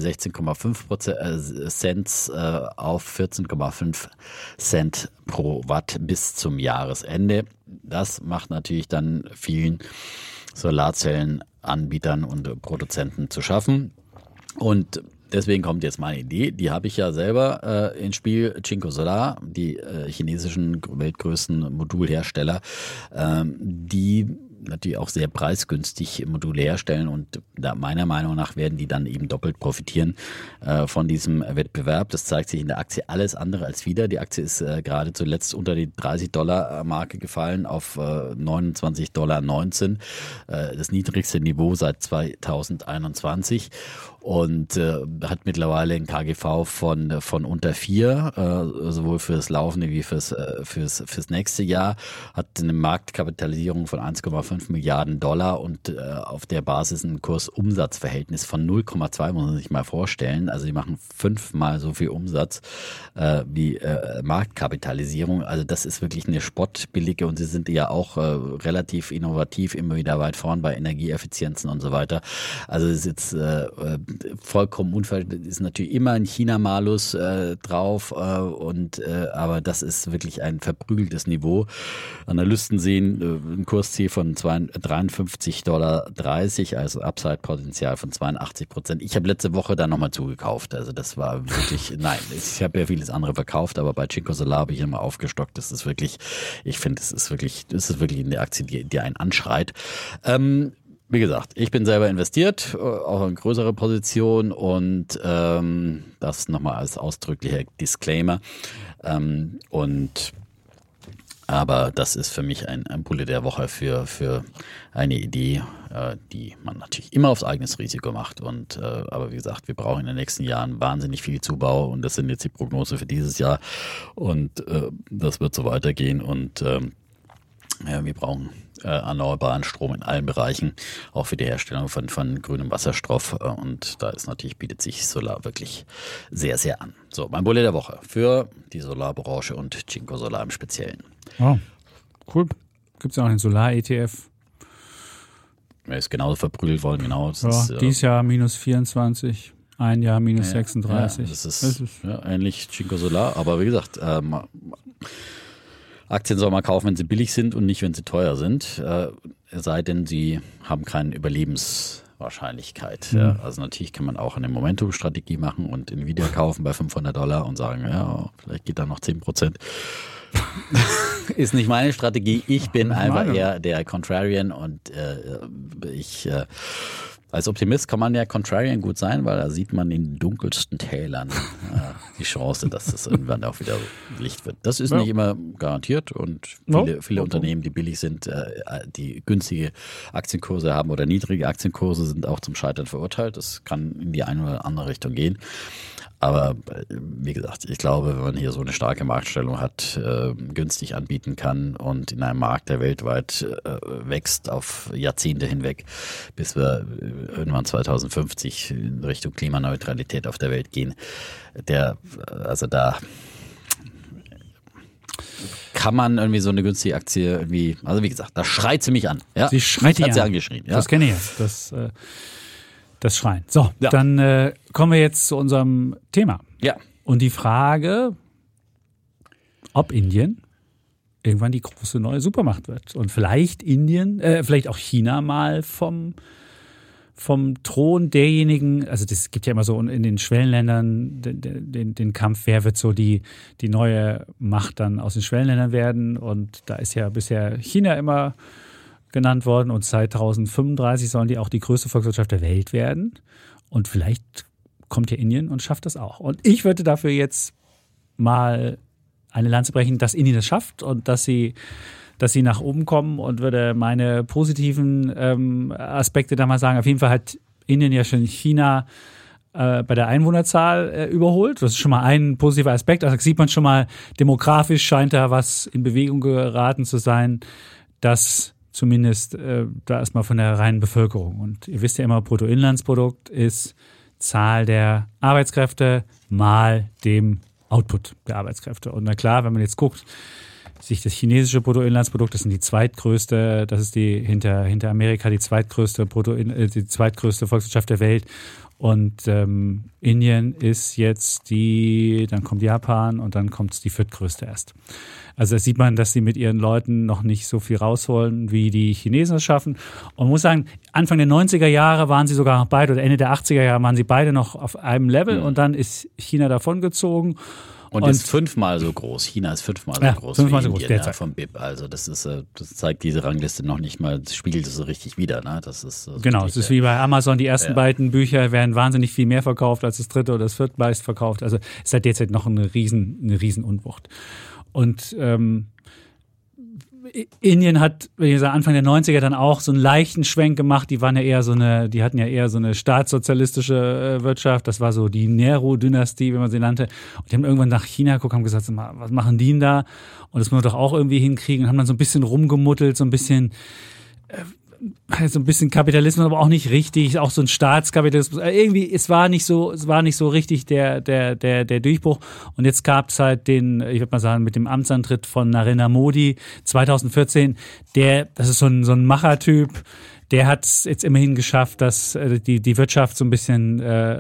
16,5 Cent auf 14,5 Cent pro Watt bis zum Jahresende. Das macht natürlich dann vielen Solarzellenanbietern und Produzenten zu schaffen. Und deswegen kommt jetzt meine Idee, die habe ich ja selber ins Spiel, JinkoSolar, die chinesischen weltgrößten Modulhersteller, die natürlich auch sehr preisgünstig Module herstellen und da meiner Meinung nach werden die dann eben doppelt profitieren von diesem Wettbewerb. Das zeigt sich in der Aktie alles andere als wieder. Die Aktie ist gerade zuletzt unter die $30-Marke gefallen auf $29,19, das niedrigste Niveau seit 2021 und hat mittlerweile ein KGV von unter 4, sowohl fürs Laufende wie fürs nächste Jahr, hat eine Marktkapitalisierung von 1,5 Milliarden Dollar und auf der Basis ein Kurs-Umsatz-Verhältnis von 0,2, muss man sich mal vorstellen. Also die machen 5-mal so viel Umsatz wie Marktkapitalisierung. Also das ist wirklich eine spottbillige und sie sind ja auch relativ innovativ, immer wieder weit vorn bei Energieeffizienzen und so weiter. Also es ist jetzt vollkommen unverständlich, ist natürlich immer ein China-Malus drauf aber das ist wirklich ein verprügeltes Niveau. Analysten sehen ein Kursziel von $53,30, also Upside-Potenzial von 82%. Ich habe letzte Woche da nochmal zugekauft. Also das war wirklich, nein, ich habe ja vieles andere verkauft, aber bei JinkoSolar habe ich immer aufgestockt. Das ist wirklich, ich finde, das ist wirklich eine Aktie, die einen anschreit. Wie gesagt, ich bin selber investiert, auch in größere Position und das nochmal als ausdrücklicher Disclaimer. Aber das ist für mich ein Bulle der Woche für eine Idee, die man natürlich immer aufs eigenes Risiko macht. Aber wie gesagt, wir brauchen in den nächsten Jahren wahnsinnig viel Zubau und das sind jetzt die Prognose für dieses Jahr und das wird so weitergehen und wir brauchen erneuerbaren Strom in allen Bereichen, auch für die Herstellung von grünem Wasserstoff. Und da bietet sich Solar wirklich sehr, sehr an. So, mein Bulle der Woche für die Solarbranche und JinkoSolar im Speziellen. Oh, cool. Gibt es auch einen Solar-ETF? Wir es genauso verprügelt wollen, genau. Dieses Jahr minus 24, ein Jahr minus 36. Ja, das ist ähnlich JinkoSolar, aber wie gesagt, Aktien soll man kaufen, wenn sie billig sind und nicht, wenn sie teuer sind. Es sei denn, sie haben keine Überlebenswahrscheinlichkeit. Mhm. Ja. Also natürlich kann man auch eine Momentum-Strategie machen und Nvidia kaufen bei $500 und sagen, ja, vielleicht geht da noch 10%. Ist nicht meine Strategie. Ich bin einfach eher der Contrarian und als Optimist kann man ja Contrarian gut sein, weil da sieht man in den dunkelsten Tälern die Chance, dass das irgendwann auch wieder Licht wird. Das ist nicht immer garantiert und viele Unternehmen, die billig sind, die günstige Aktienkurse haben oder niedrige Aktienkurse, sind auch zum Scheitern verurteilt. Das kann in die eine oder andere Richtung gehen. Aber wie gesagt, ich glaube, wenn man hier so eine starke Marktstellung hat, günstig anbieten kann und in einem Markt, der weltweit wächst auf Jahrzehnte hinweg, bis wir irgendwann 2050 in Richtung Klimaneutralität auf der Welt gehen, da kann man irgendwie so eine günstige Aktie irgendwie, also wie gesagt, da schreit sie mich an. Ja? Sie schreit hat sie angeschrien. Ja? Das kenne ich ja. Das Schreien. So, dann kommen wir jetzt zu unserem Thema. Ja. Und die Frage, ob Indien irgendwann die große neue Supermacht wird und vielleicht vielleicht auch China mal vom Thron derjenigen, also das gibt ja immer so in den Schwellenländern den Kampf, wer wird so die neue Macht dann aus den Schwellenländern werden, und da ist ja bisher China immer genannt worden, und 2035 sollen die auch die größte Volkswirtschaft der Welt werden, und vielleicht kommt ja Indien und schafft das auch. Und ich würde dafür jetzt mal eine Lanze brechen, dass Indien das schafft und dass sie nach oben kommen, und würde meine positiven Aspekte da mal sagen. Auf jeden Fall hat Indien ja schon China bei der Einwohnerzahl überholt. Das ist schon mal ein positiver Aspekt. Also sieht man schon mal, demografisch scheint da was in Bewegung geraten zu sein, das zumindest da erstmal von der reinen Bevölkerung. Und ihr wisst ja immer, Bruttoinlandsprodukt ist Zahl der Arbeitskräfte mal dem Output der Arbeitskräfte. Und na klar, wenn man jetzt guckt, sich das chinesische Bruttoinlandsprodukt, das sind die zweitgrößte, das ist die hinter Amerika die zweitgrößte Volkswirtschaft der Welt. Und Indien ist jetzt dann kommt Japan und dann kommt die viertgrößte erst. Also da sieht man, dass sie mit ihren Leuten noch nicht so viel rausholen, wie die Chinesen es schaffen. Und man muss sagen, Anfang der 90er Jahre waren sie sogar noch beide, oder Ende der 80er Jahre waren sie beide noch auf einem Level, und dann ist China davongezogen. Und ist 5-mal so groß. China ist 5-mal so groß. 5-mal so groß derzeit vom BIP. Also das zeigt diese Rangliste noch nicht mal, das spiegelt es so richtig wider. Ne? Das ist genau, es ist wie bei Amazon, die ersten beiden Bücher werden wahnsinnig viel mehr verkauft als das dritte oder das viertmeist verkauft. Also es hat derzeit noch eine riesen Unwucht. Und Indien hat, wie gesagt, Anfang der 90er dann auch so einen leichten Schwenk gemacht. Die hatten ja eher so eine staatssozialistische Wirtschaft. Das war so die Nehru-Dynastie, wie man sie nannte. Und die haben irgendwann nach China geguckt, haben gesagt, was machen die denn da? Und das müssen wir doch auch irgendwie hinkriegen. Und haben dann so ein bisschen rumgemuttelt, so ein bisschen Kapitalismus, aber auch nicht richtig, auch so ein Staatskapitalismus. Irgendwie, es war nicht so richtig der Durchbruch. Und jetzt gab es halt ich würde mal sagen, mit dem Amtsantritt von Narendra Modi 2014, das ist so ein Machertyp, der hat es jetzt immerhin geschafft, dass die Wirtschaft so ein bisschen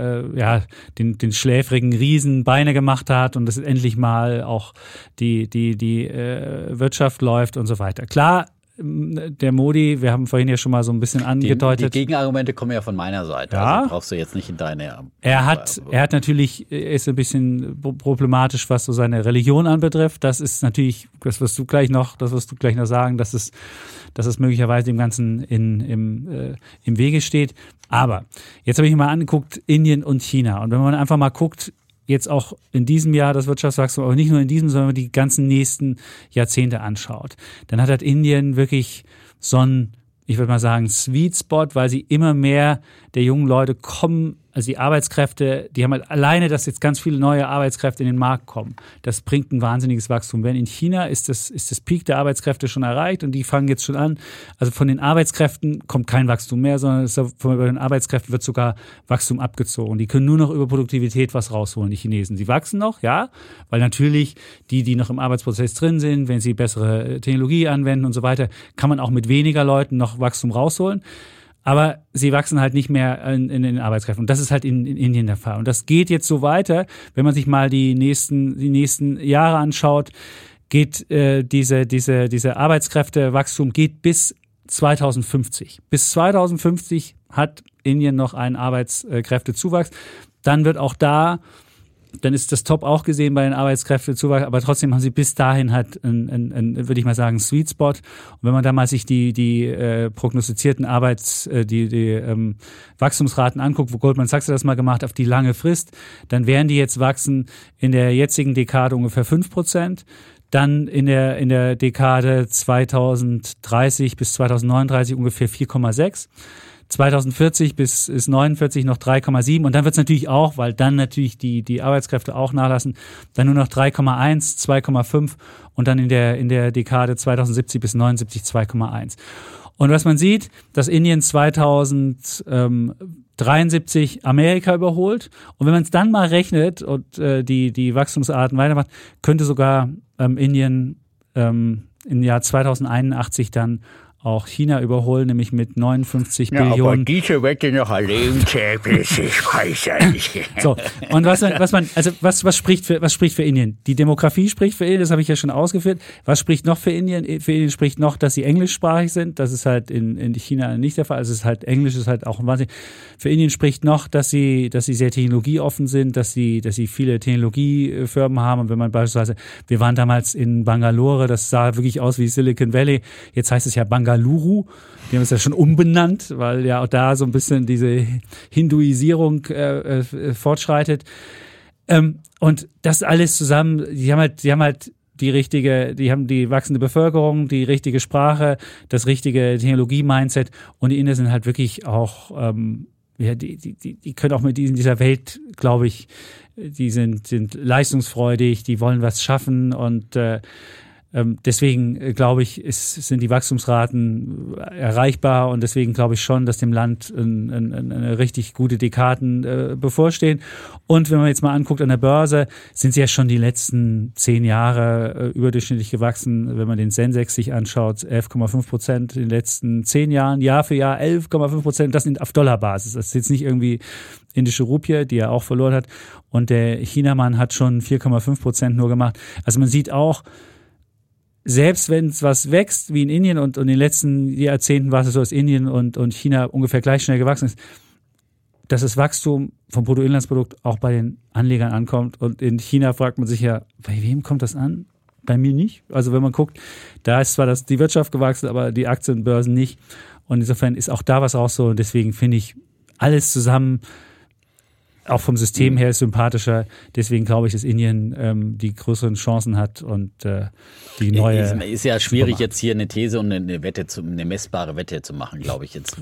den schläfrigen Riesen Beine gemacht hat, und dass endlich mal auch die Wirtschaft läuft und so weiter. Klar, der Modi, wir haben vorhin ja schon mal so ein bisschen angedeutet. Die Gegenargumente kommen ja von meiner Seite. Ja. Also brauchst du jetzt nicht in deine. Er hat natürlich, ist ein bisschen problematisch, was so seine Religion anbetrifft. Das ist natürlich, das wirst du gleich noch sagen, dass es möglicherweise dem Ganzen im Wege steht. Aber jetzt habe ich mir mal angeguckt, Indien und China. Und wenn man einfach mal guckt, jetzt auch in diesem Jahr das Wirtschaftswachstum, aber nicht nur in diesem, sondern die ganzen nächsten Jahrzehnte anschaut, dann hat Indien wirklich so einen, ich würde mal sagen, Sweet Spot, weil sie immer mehr der jungen Leute kommen, also die Arbeitskräfte, die haben halt alleine, dass jetzt ganz viele neue Arbeitskräfte in den Markt kommen. Das bringt ein wahnsinniges Wachstum. Wenn in China ist das Peak der Arbeitskräfte schon erreicht, und die fangen jetzt schon an. Also von den Arbeitskräften kommt kein Wachstum mehr, sondern von den Arbeitskräften wird sogar Wachstum abgezogen. Die können nur noch über Produktivität was rausholen, die Chinesen. Sie wachsen noch, ja, weil natürlich die noch im Arbeitsprozess drin sind, wenn sie bessere Technologie anwenden und so weiter, kann man auch mit weniger Leuten noch Wachstum rausholen. Aber sie wachsen halt nicht mehr in den Arbeitskräften. Und das ist halt in Indien der Fall. Und das geht jetzt so weiter, wenn man sich mal die nächsten Jahre anschaut, geht diese Arbeitskräftewachstum geht bis 2050. Bis 2050 hat Indien noch einen Arbeitskräftezuwachs. Dann wird auch dann ist das Top auch gesehen bei den Arbeitskräftezuwachs, aber trotzdem haben sie bis dahin halt würde ich mal sagen, Sweet Spot. Und wenn man da mal sich die prognostizierten Wachstumsraten anguckt, wo Goldman Sachs das mal gemacht, auf die lange Frist, dann werden die jetzt wachsen in der jetzigen Dekade ungefähr 5%. Dann in der Dekade 2030 bis 2039 ungefähr 4,6%. 2040 bis 49 noch 3,7, und dann wird es natürlich auch, weil dann natürlich die Arbeitskräfte auch nachlassen, dann nur noch 3,1, 2,5 und dann in der Dekade 2070 bis 79 2,1. Und was man sieht, dass Indien 2073 Amerika überholt, und wenn man es dann mal rechnet und die Wachstumsarten weitermacht, könnte sogar Indien im Jahr 2081 dann auch China überholen, nämlich mit 59 Billionen. Aber diese Wette noch erleben, ich weiß ja nicht. So, und was spricht für Indien? Die Demografie spricht für Indien, das habe ich ja schon ausgeführt. Was spricht noch für Indien? Für Indien spricht noch, dass sie englischsprachig sind. Das ist halt in China nicht der Fall. Also es ist halt, Englisch ist halt auch ein Wahnsinn. Für Indien spricht noch, dass sie sehr technologieoffen sind, dass sie viele Technologiefirmen haben. Und wenn man beispielsweise, wir waren damals in Bangalore, das sah wirklich aus wie Silicon Valley. Jetzt heißt es ja Bangaluru. Die haben es ja schon umbenannt, weil ja auch da so ein bisschen diese Hinduisierung fortschreitet. Und das alles zusammen, die haben halt die haben die wachsende Bevölkerung, die richtige Sprache, das richtige Technologie-Mindset, und die Inder sind halt wirklich auch, die können auch mit dieser Welt, glaube ich, die sind leistungsfreudig, die wollen was schaffen, und deswegen glaube ich, sind die Wachstumsraten erreichbar, und deswegen glaube ich schon, dass dem Land eine richtig gute Dekaden bevorstehen. Und wenn man jetzt mal anguckt an der Börse, sind sie ja schon die letzten 10 Jahre überdurchschnittlich gewachsen. Wenn man den Sensex sich anschaut, 11,5% in den letzten 10 Jahren, Jahr für Jahr 11,5%. Das sind auf Dollarbasis. Das ist jetzt nicht irgendwie indische Rupie, die er auch verloren hat. Und der Chinamann hat schon 4,5% nur gemacht. Also man sieht auch, selbst wenn es was wächst, wie in Indien, und in den letzten Jahrzehnten war es so, dass Indien und China ungefähr gleich schnell gewachsen ist, dass das Wachstum vom Bruttoinlandsprodukt auch bei den Anlegern ankommt. Und in China fragt man sich ja, bei wem kommt das an? Bei mir nicht. Also wenn man guckt, da ist zwar die Wirtschaft gewachsen, aber die Aktienbörsen nicht. Und insofern ist auch da was raus so. Und deswegen finde ich alles zusammen auch vom System her sympathischer. Deswegen glaube ich, dass Indien die größeren Chancen hat und die neue. Ist ja schwierig, jetzt hier eine These und eine messbare Wette zu machen, glaube ich. Jetzt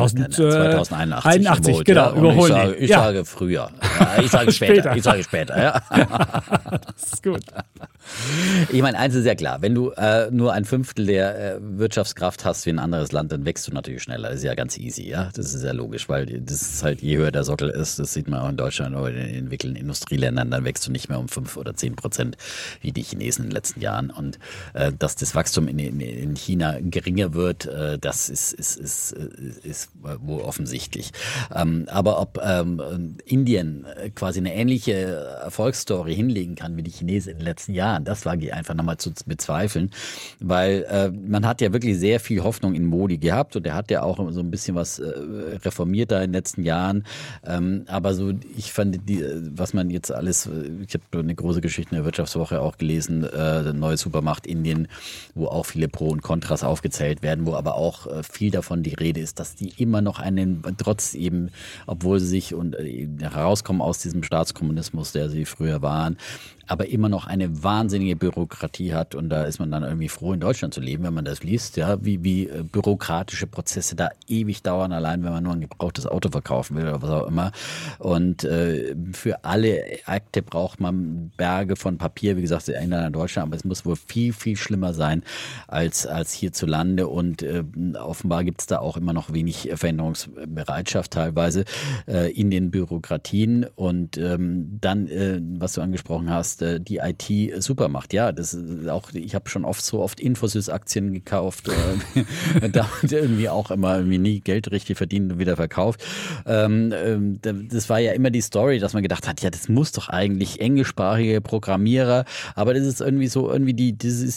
2081, genau, überholen. Ich sage früher. Ich sage später. Ich sage später. Ja. Das ist gut. Ich meine, eins ist ja klar, wenn du nur 1/5 der Wirtschaftskraft hast wie ein anderes Land, dann wächst du natürlich schneller. Das ist ja ganz easy, ja. Das ist ja logisch, weil das ist halt, je höher der Sockel ist, das sieht man auch in Deutschland oder in den entwickelten Industrieländern, dann wächst du nicht mehr um 5 oder 10% wie die Chinesen in den letzten Jahren. Und dass das Wachstum in China geringer wird, das ist wohl offensichtlich. Aber ob Indien quasi eine ähnliche Erfolgsstory hinlegen kann wie die Chinesen in den letzten Jahren, das wage ich einfach nochmal zu bezweifeln, weil man hat ja wirklich sehr viel Hoffnung in Modi gehabt, und er hat ja auch so ein bisschen was reformiert da in den letzten Jahren, aber so, ich fand, was man jetzt alles, ich habe eine große Geschichte in der Wirtschaftswoche auch gelesen, neue Supermacht Indien, wo auch viele Pro und Kontras aufgezählt werden, wo aber auch viel davon die Rede ist, dass die immer noch trotz eben, obwohl sie sich herauskommen aus diesem Staatskommunismus, der sie früher waren, aber immer noch eine wahnsinnige Bürokratie hat, und da ist man dann irgendwie froh, in Deutschland zu leben, wenn man das liest, ja, wie bürokratische Prozesse da ewig dauern, allein wenn man nur ein gebrauchtes Auto verkaufen will oder was auch immer. Und für alle Akte braucht man Berge von Papier, wie gesagt, sie erinnern an Deutschland, aber es muss wohl viel, viel schlimmer sein als hierzulande, und offenbar gibt es da auch immer noch wenig Veränderungsbereitschaft teilweise in den Bürokratien. Und dann, was du angesprochen hast, die IT-Supermacht. Ja, das ist auch, ich habe schon so oft Infosys-Aktien gekauft, damit irgendwie auch immer nie Geld richtig verdient und wieder verkauft. Das war ja immer die Story, dass man gedacht hat, ja, das muss doch eigentlich englischsprachige Programmierer, aber das ist irgendwie so, die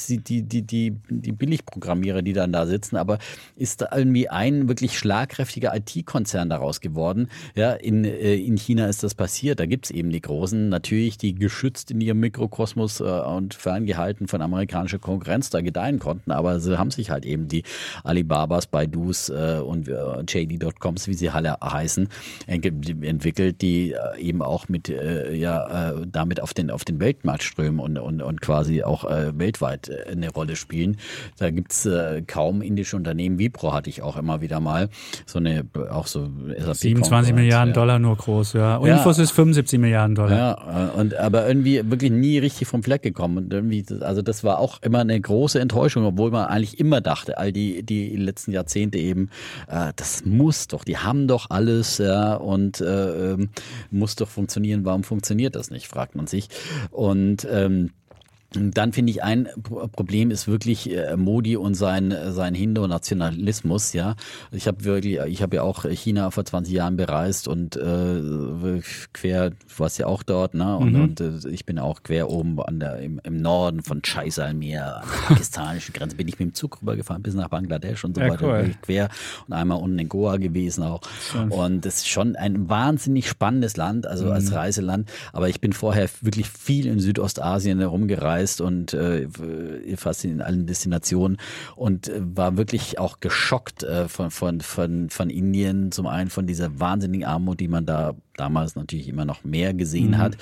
Billigprogrammierer, die dann da sitzen, aber ist da irgendwie ein wirklich schlagkräftiger IT-Konzern daraus geworden. Ja, in China ist das passiert. Da gibt es eben die Großen, natürlich, die geschützt in ihrem Mikrokosmos und ferngehalten von amerikanischer Konkurrenz da gedeihen konnten, aber sie haben sich halt eben die Alibabas, Baidus und JD.coms, wie sie alle heißen, entwickelt, die eben auch mit damit auf den Weltmarkt strömen und quasi auch weltweit eine Rolle spielen. Da gibt's kaum indische Unternehmen. Wipro hatte ich auch immer wieder mal so SAP 27 Milliarden Dollar nur groß, ja. Und Infosys 75 Milliarden Dollar. Ja, aber irgendwie wirklich nie richtig vom Fleck gekommen. Und irgendwie, also das war auch immer eine große Enttäuschung, obwohl man eigentlich immer dachte, all die letzten Jahrzehnte eben, das muss doch, die haben doch alles, ja, und muss doch funktionieren. Warum funktioniert das nicht, fragt man sich. Und Dann finde ich, ein Problem ist wirklich Modi und sein Hindu-Nationalismus. Ja, ich habe ja auch China vor 20 Jahren bereist und quer, du warst ja auch dort, ne? Und ich bin auch quer oben im Norden von Jaisalmer, an der pakistanischen Grenze, bin ich mit dem Zug rübergefahren bis nach Bangladesch und so weiter, cool. quer und einmal unten in Goa gewesen auch. Und das ist schon ein wahnsinnig spannendes Land, also als Reiseland. Aber ich bin vorher wirklich viel in Südostasien herumgereist und fast in allen Destinationen und war wirklich auch geschockt von Indien, zum einen von dieser wahnsinnigen Armut, die man da damals natürlich immer noch mehr gesehen hat.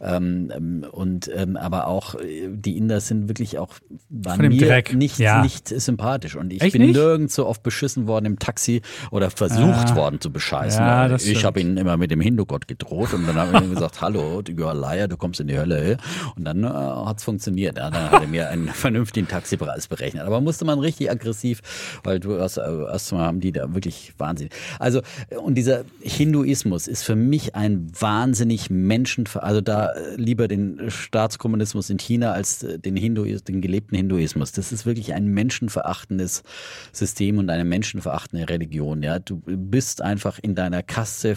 Aber auch die Inder sind wirklich auch, waren mir nicht sympathisch. Und ich bin nirgends so oft beschissen worden im Taxi oder versucht worden zu bescheißen. Ja, ich habe ihnen immer mit dem Hindu-Gott gedroht und dann habe ich ihnen gesagt, hallo, you are a liar, du kommst in die Hölle. Und dann hat es funktioniert. Ja, dann hat er mir einen vernünftigen Taxipreis berechnet. Aber musste man richtig aggressiv, weil du erstmal haben die da wirklich Wahnsinn. Also, und dieser Hinduismus ist für mich ein wahnsinnig also da lieber den Staatskommunismus in China als den gelebten Hinduismus. Das ist wirklich ein menschenverachtendes System und eine menschenverachtende Religion. Ja, du bist einfach in deiner Kaste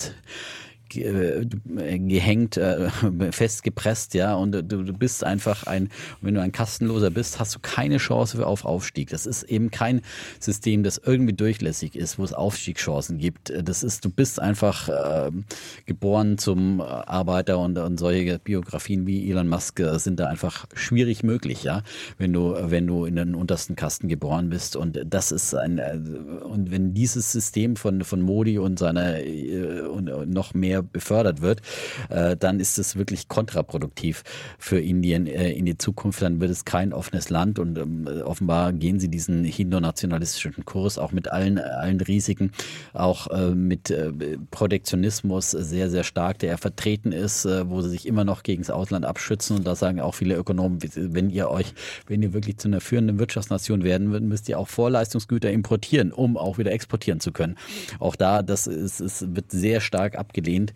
gehängt, festgepresst, ja, und du bist einfach wenn du ein Kastenloser bist, hast du keine Chance auf Aufstieg. Das ist eben kein System, das irgendwie durchlässig ist, wo es Aufstiegschancen gibt. Du bist einfach geboren zum Arbeiter und solche Biografien wie Elon Musk sind da einfach schwierig möglich, ja, wenn du in den untersten Kasten geboren bist, und das ist und wenn dieses System von Modi und und noch mehr befördert wird, dann ist es wirklich kontraproduktiv für Indien in die Zukunft. Dann wird es kein offenes Land, und offenbar gehen sie diesen hindu-nationalistischen Kurs, auch mit allen Risiken, auch mit Protektionismus sehr, sehr stark, der vertreten ist, wo sie sich immer noch gegen das Ausland abschützen. Und da sagen auch viele Ökonomen, wenn ihr wirklich zu einer führenden Wirtschaftsnation werden würdet, müsst ihr auch Vorleistungsgüter importieren, um auch wieder exportieren zu können. Auch da, wird sehr stark abgelehnt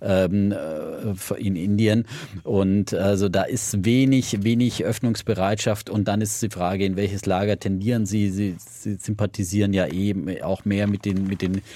in Indien, und also da ist wenig Öffnungsbereitschaft, und dann ist die Frage, in welches Lager tendieren sie? Sie sympathisieren ja eben auch mehr mit den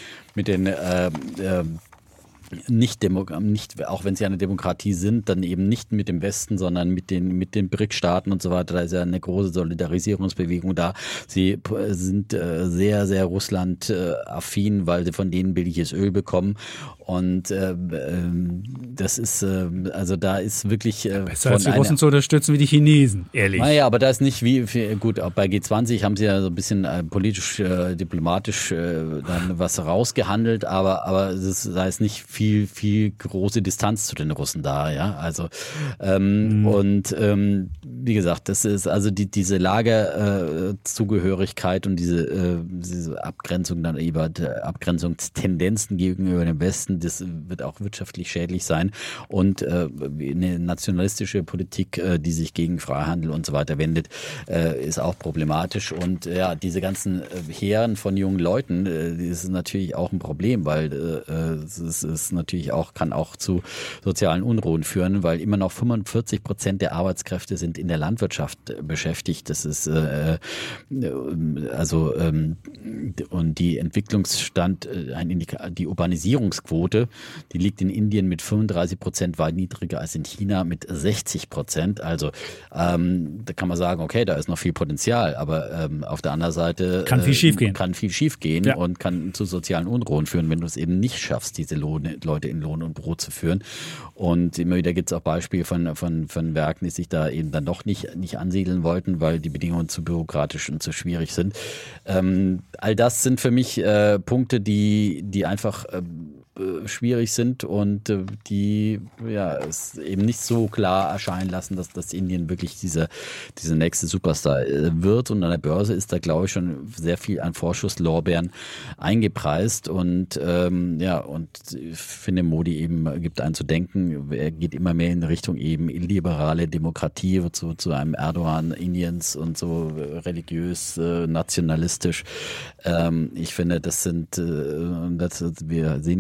nicht, auch wenn sie eine Demokratie sind, dann eben nicht mit dem Westen, sondern mit den BRIC-Staaten und so weiter. Da ist ja eine große Solidarisierungsbewegung da. Sie sind sehr, sehr Russland-affin, weil sie von denen billiges Öl bekommen. Und das ist, also da ist wirklich besser als die Russen zu unterstützen wie die Chinesen, ehrlich. Naja, aber da ist nicht gut, auch bei G20 haben sie ja so ein bisschen politisch, diplomatisch dann was rausgehandelt, aber da ist nicht viel große Distanz zu den Russen da, ja, also und wie gesagt, das ist also diese Lagerzugehörigkeit und diese Abgrenzung dann eben Abgrenzungstendenzen gegenüber dem Westen, das wird auch wirtschaftlich schädlich sein, und eine nationalistische Politik, die sich gegen Freihandel und so weiter wendet, ist auch problematisch, und ja, diese ganzen Heeren von jungen Leuten, das ist natürlich auch ein Problem, weil es ist natürlich kann auch zu sozialen Unruhen führen, weil immer noch 45% der Arbeitskräfte sind in der Landwirtschaft beschäftigt. Das ist und die Entwicklungsstand, die Urbanisierungsquote, die liegt in Indien mit 35% weit niedriger als in China mit 60%. Also da kann man sagen, okay, da ist noch viel Potenzial, aber auf der anderen Seite kann viel schiefgehen ja, und kann zu sozialen Unruhen führen, wenn du es eben nicht schaffst, diese Leute in Lohn und Brot zu führen. Und immer wieder gibt es auch Beispiele von Werken, die sich da eben dann doch nicht ansiedeln wollten, weil die Bedingungen zu bürokratisch und zu schwierig sind. All das sind für mich Punkte, die einfach schwierig sind und die es eben nicht so klar erscheinen lassen, dass Indien wirklich diese nächste Superstar wird. Und an der Börse ist da, glaube ich, schon sehr viel an Vorschusslorbeeren eingepreist. Und und ich finde, Modi eben gibt einen zu denken. Er geht immer mehr in Richtung eben illiberale Demokratie, zu einem Erdogan Indiens und so religiös, nationalistisch. Ich finde, wir sehen ja beim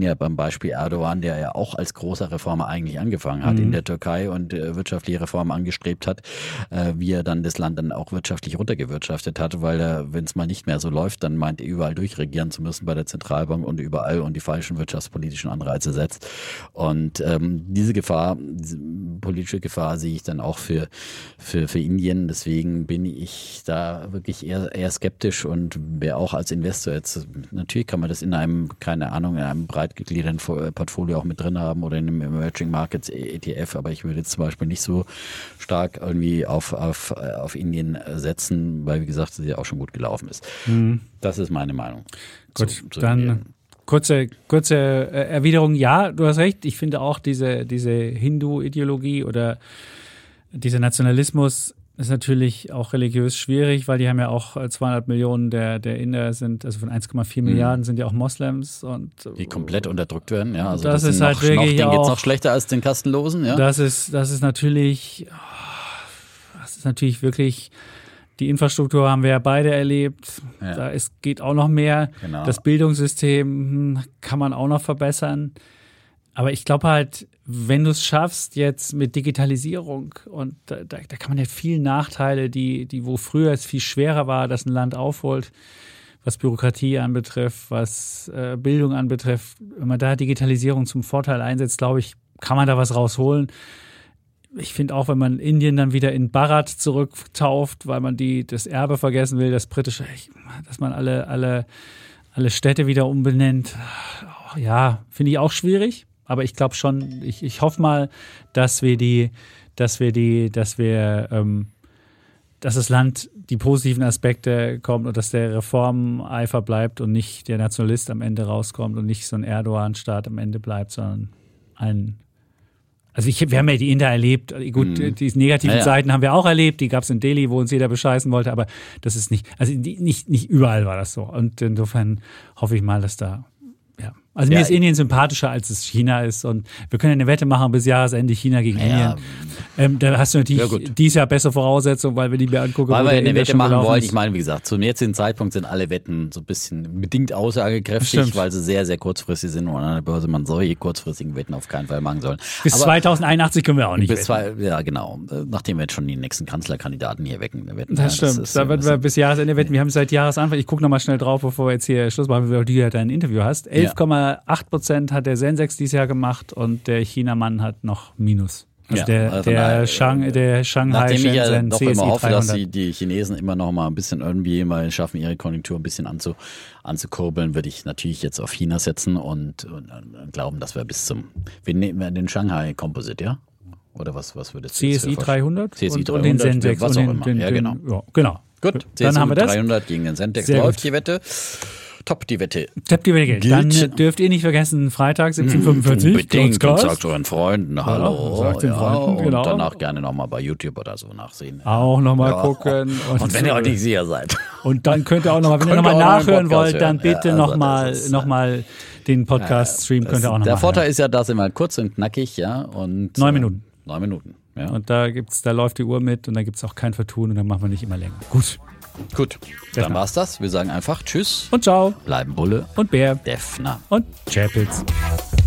Beispiel Erdogan, der ja auch als großer Reformer eigentlich angefangen hat in der Türkei und wirtschaftliche Reformen angestrebt hat, wie er dann das Land dann auch wirtschaftlich runtergewirtschaftet hat, weil er, wenn es mal nicht mehr so läuft, dann meint er überall durchregieren zu müssen bei der Zentralbank und überall und die falschen wirtschaftspolitischen Anreize setzt. Und diese politische Gefahr sehe ich dann auch für Indien. Deswegen bin ich da wirklich eher skeptisch und wäre auch als Investor jetzt, natürlich kann man das in einem, keine Ahnung, in einem breit gegliederten Portfolio auch mit drin haben oder in einem Emerging Markets ETF, aber ich würde jetzt zum Beispiel nicht so stark irgendwie auf Indien setzen, weil, wie gesagt, es ja auch schon gut gelaufen ist. Das ist meine Meinung. Gut, dann kurze Erwiderung. Ja, du hast recht. Ich finde auch diese Hindu-Ideologie oder dieser Nationalismus ist natürlich auch religiös schwierig, weil die haben ja auch 200 Millionen der Inder sind, also von 1,4 Milliarden sind ja auch Moslems und die komplett unterdrückt werden, ja. Also das ist halt wirklich denen geht's noch schlechter als den Kastenlosen, ja. Das ist natürlich wirklich, die Infrastruktur haben wir ja beide erlebt. Ja. Geht auch noch mehr. Genau. Das Bildungssystem kann man auch noch verbessern. Aber ich glaube halt, wenn du es schaffst jetzt mit Digitalisierung und da kann man ja viele Nachteile, wo früher es viel schwerer war, dass ein Land aufholt, was Bürokratie anbetrifft, was Bildung anbetrifft. Wenn man da Digitalisierung zum Vorteil einsetzt, glaube ich, kann man da was rausholen. Ich finde auch, wenn man Indien dann wieder in Bharat zurücktauft, weil man das Erbe vergessen will, das britische, dass man alle Städte wieder umbenennt, ja, finde ich auch schwierig. Aber ich glaube schon, ich hoffe mal, dass das Land die positiven Aspekte kommt und dass der Reformeifer bleibt und nicht der Nationalist am Ende rauskommt und nicht so ein Erdogan-Staat am Ende bleibt, sondern wir haben ja die Inder erlebt, gut, die negativen Seiten haben wir auch erlebt, die gab es in Delhi, wo uns jeder bescheißen wollte, aber das ist nicht überall war das so. Und insofern hoffe ich mal, dass da Also mir ist Indien sympathischer, als es China ist. Und wir können eine Wette machen bis Jahresende China gegen Indien. Da hast du natürlich dieses Jahr bessere Voraussetzungen, weil wir die mir angucken. Weil wir eine Wette machen wollen. Ich meine, wie gesagt, zum jetzigen Zeitpunkt sind alle Wetten so ein bisschen bedingt aussagekräftig, weil sie sehr, sehr kurzfristig sind und an der Börse man solche kurzfristigen Wetten auf keinen Fall machen soll. Bis 2081 können wir auch nicht wetten. Ja, genau. Nachdem wir jetzt schon die nächsten Kanzlerkandidaten hier wetten. Das stimmt. Da werden wir bis Jahresende wetten. Wir haben seit Jahresanfang, ich gucke nochmal schnell drauf, bevor wir jetzt hier Schluss machen, weil du ja dein Interview hast. 11,8% hat der Sensex dieses Jahr gemacht und der China-Mann hat noch Minus. Also der Shanghai nachdem ich ja doch CSI immer hoffe, 300. dass die Chinesen immer noch mal ein bisschen irgendwie mal schaffen, ihre Konjunktur ein bisschen anzukurbeln, würde ich natürlich jetzt auf China setzen und glauben, dass wir wir nehmen den Shanghai Composite, ja? Oder was würdest du CSI 300? CSI 300 und den Sensex. Was auch immer. Genau. Gut, dann haben wir das. 300 gegen den Sensex läuft die Wette. Top die Wette. Gilt. Dann dürft ihr nicht vergessen, Freitag 17:45. Unbedingt und sagt euren Freunden Hallo. Sagt den Freunden, und danach gerne nochmal bei YouTube oder so nachsehen. Auch nochmal gucken. Und wenn ihr auch nicht sicher seid. Und dann könnt ihr auch nochmal, wenn ihr nochmal nachhören wollt, dann bitte nochmal den Podcast-Stream könnt ihr auch nochmal. Der Vorteil ist ja, da sind wir kurz und knackig, ja. Und 9 Minuten. 9 Minuten, ja. Und da läuft die Uhr mit und da gibt es auch kein Vertun und dann machen wir nicht immer länger. Gut, dann war's das. Wir sagen einfach Tschüss und Ciao. Bleiben Bulle und Bär Defner und Chapitz.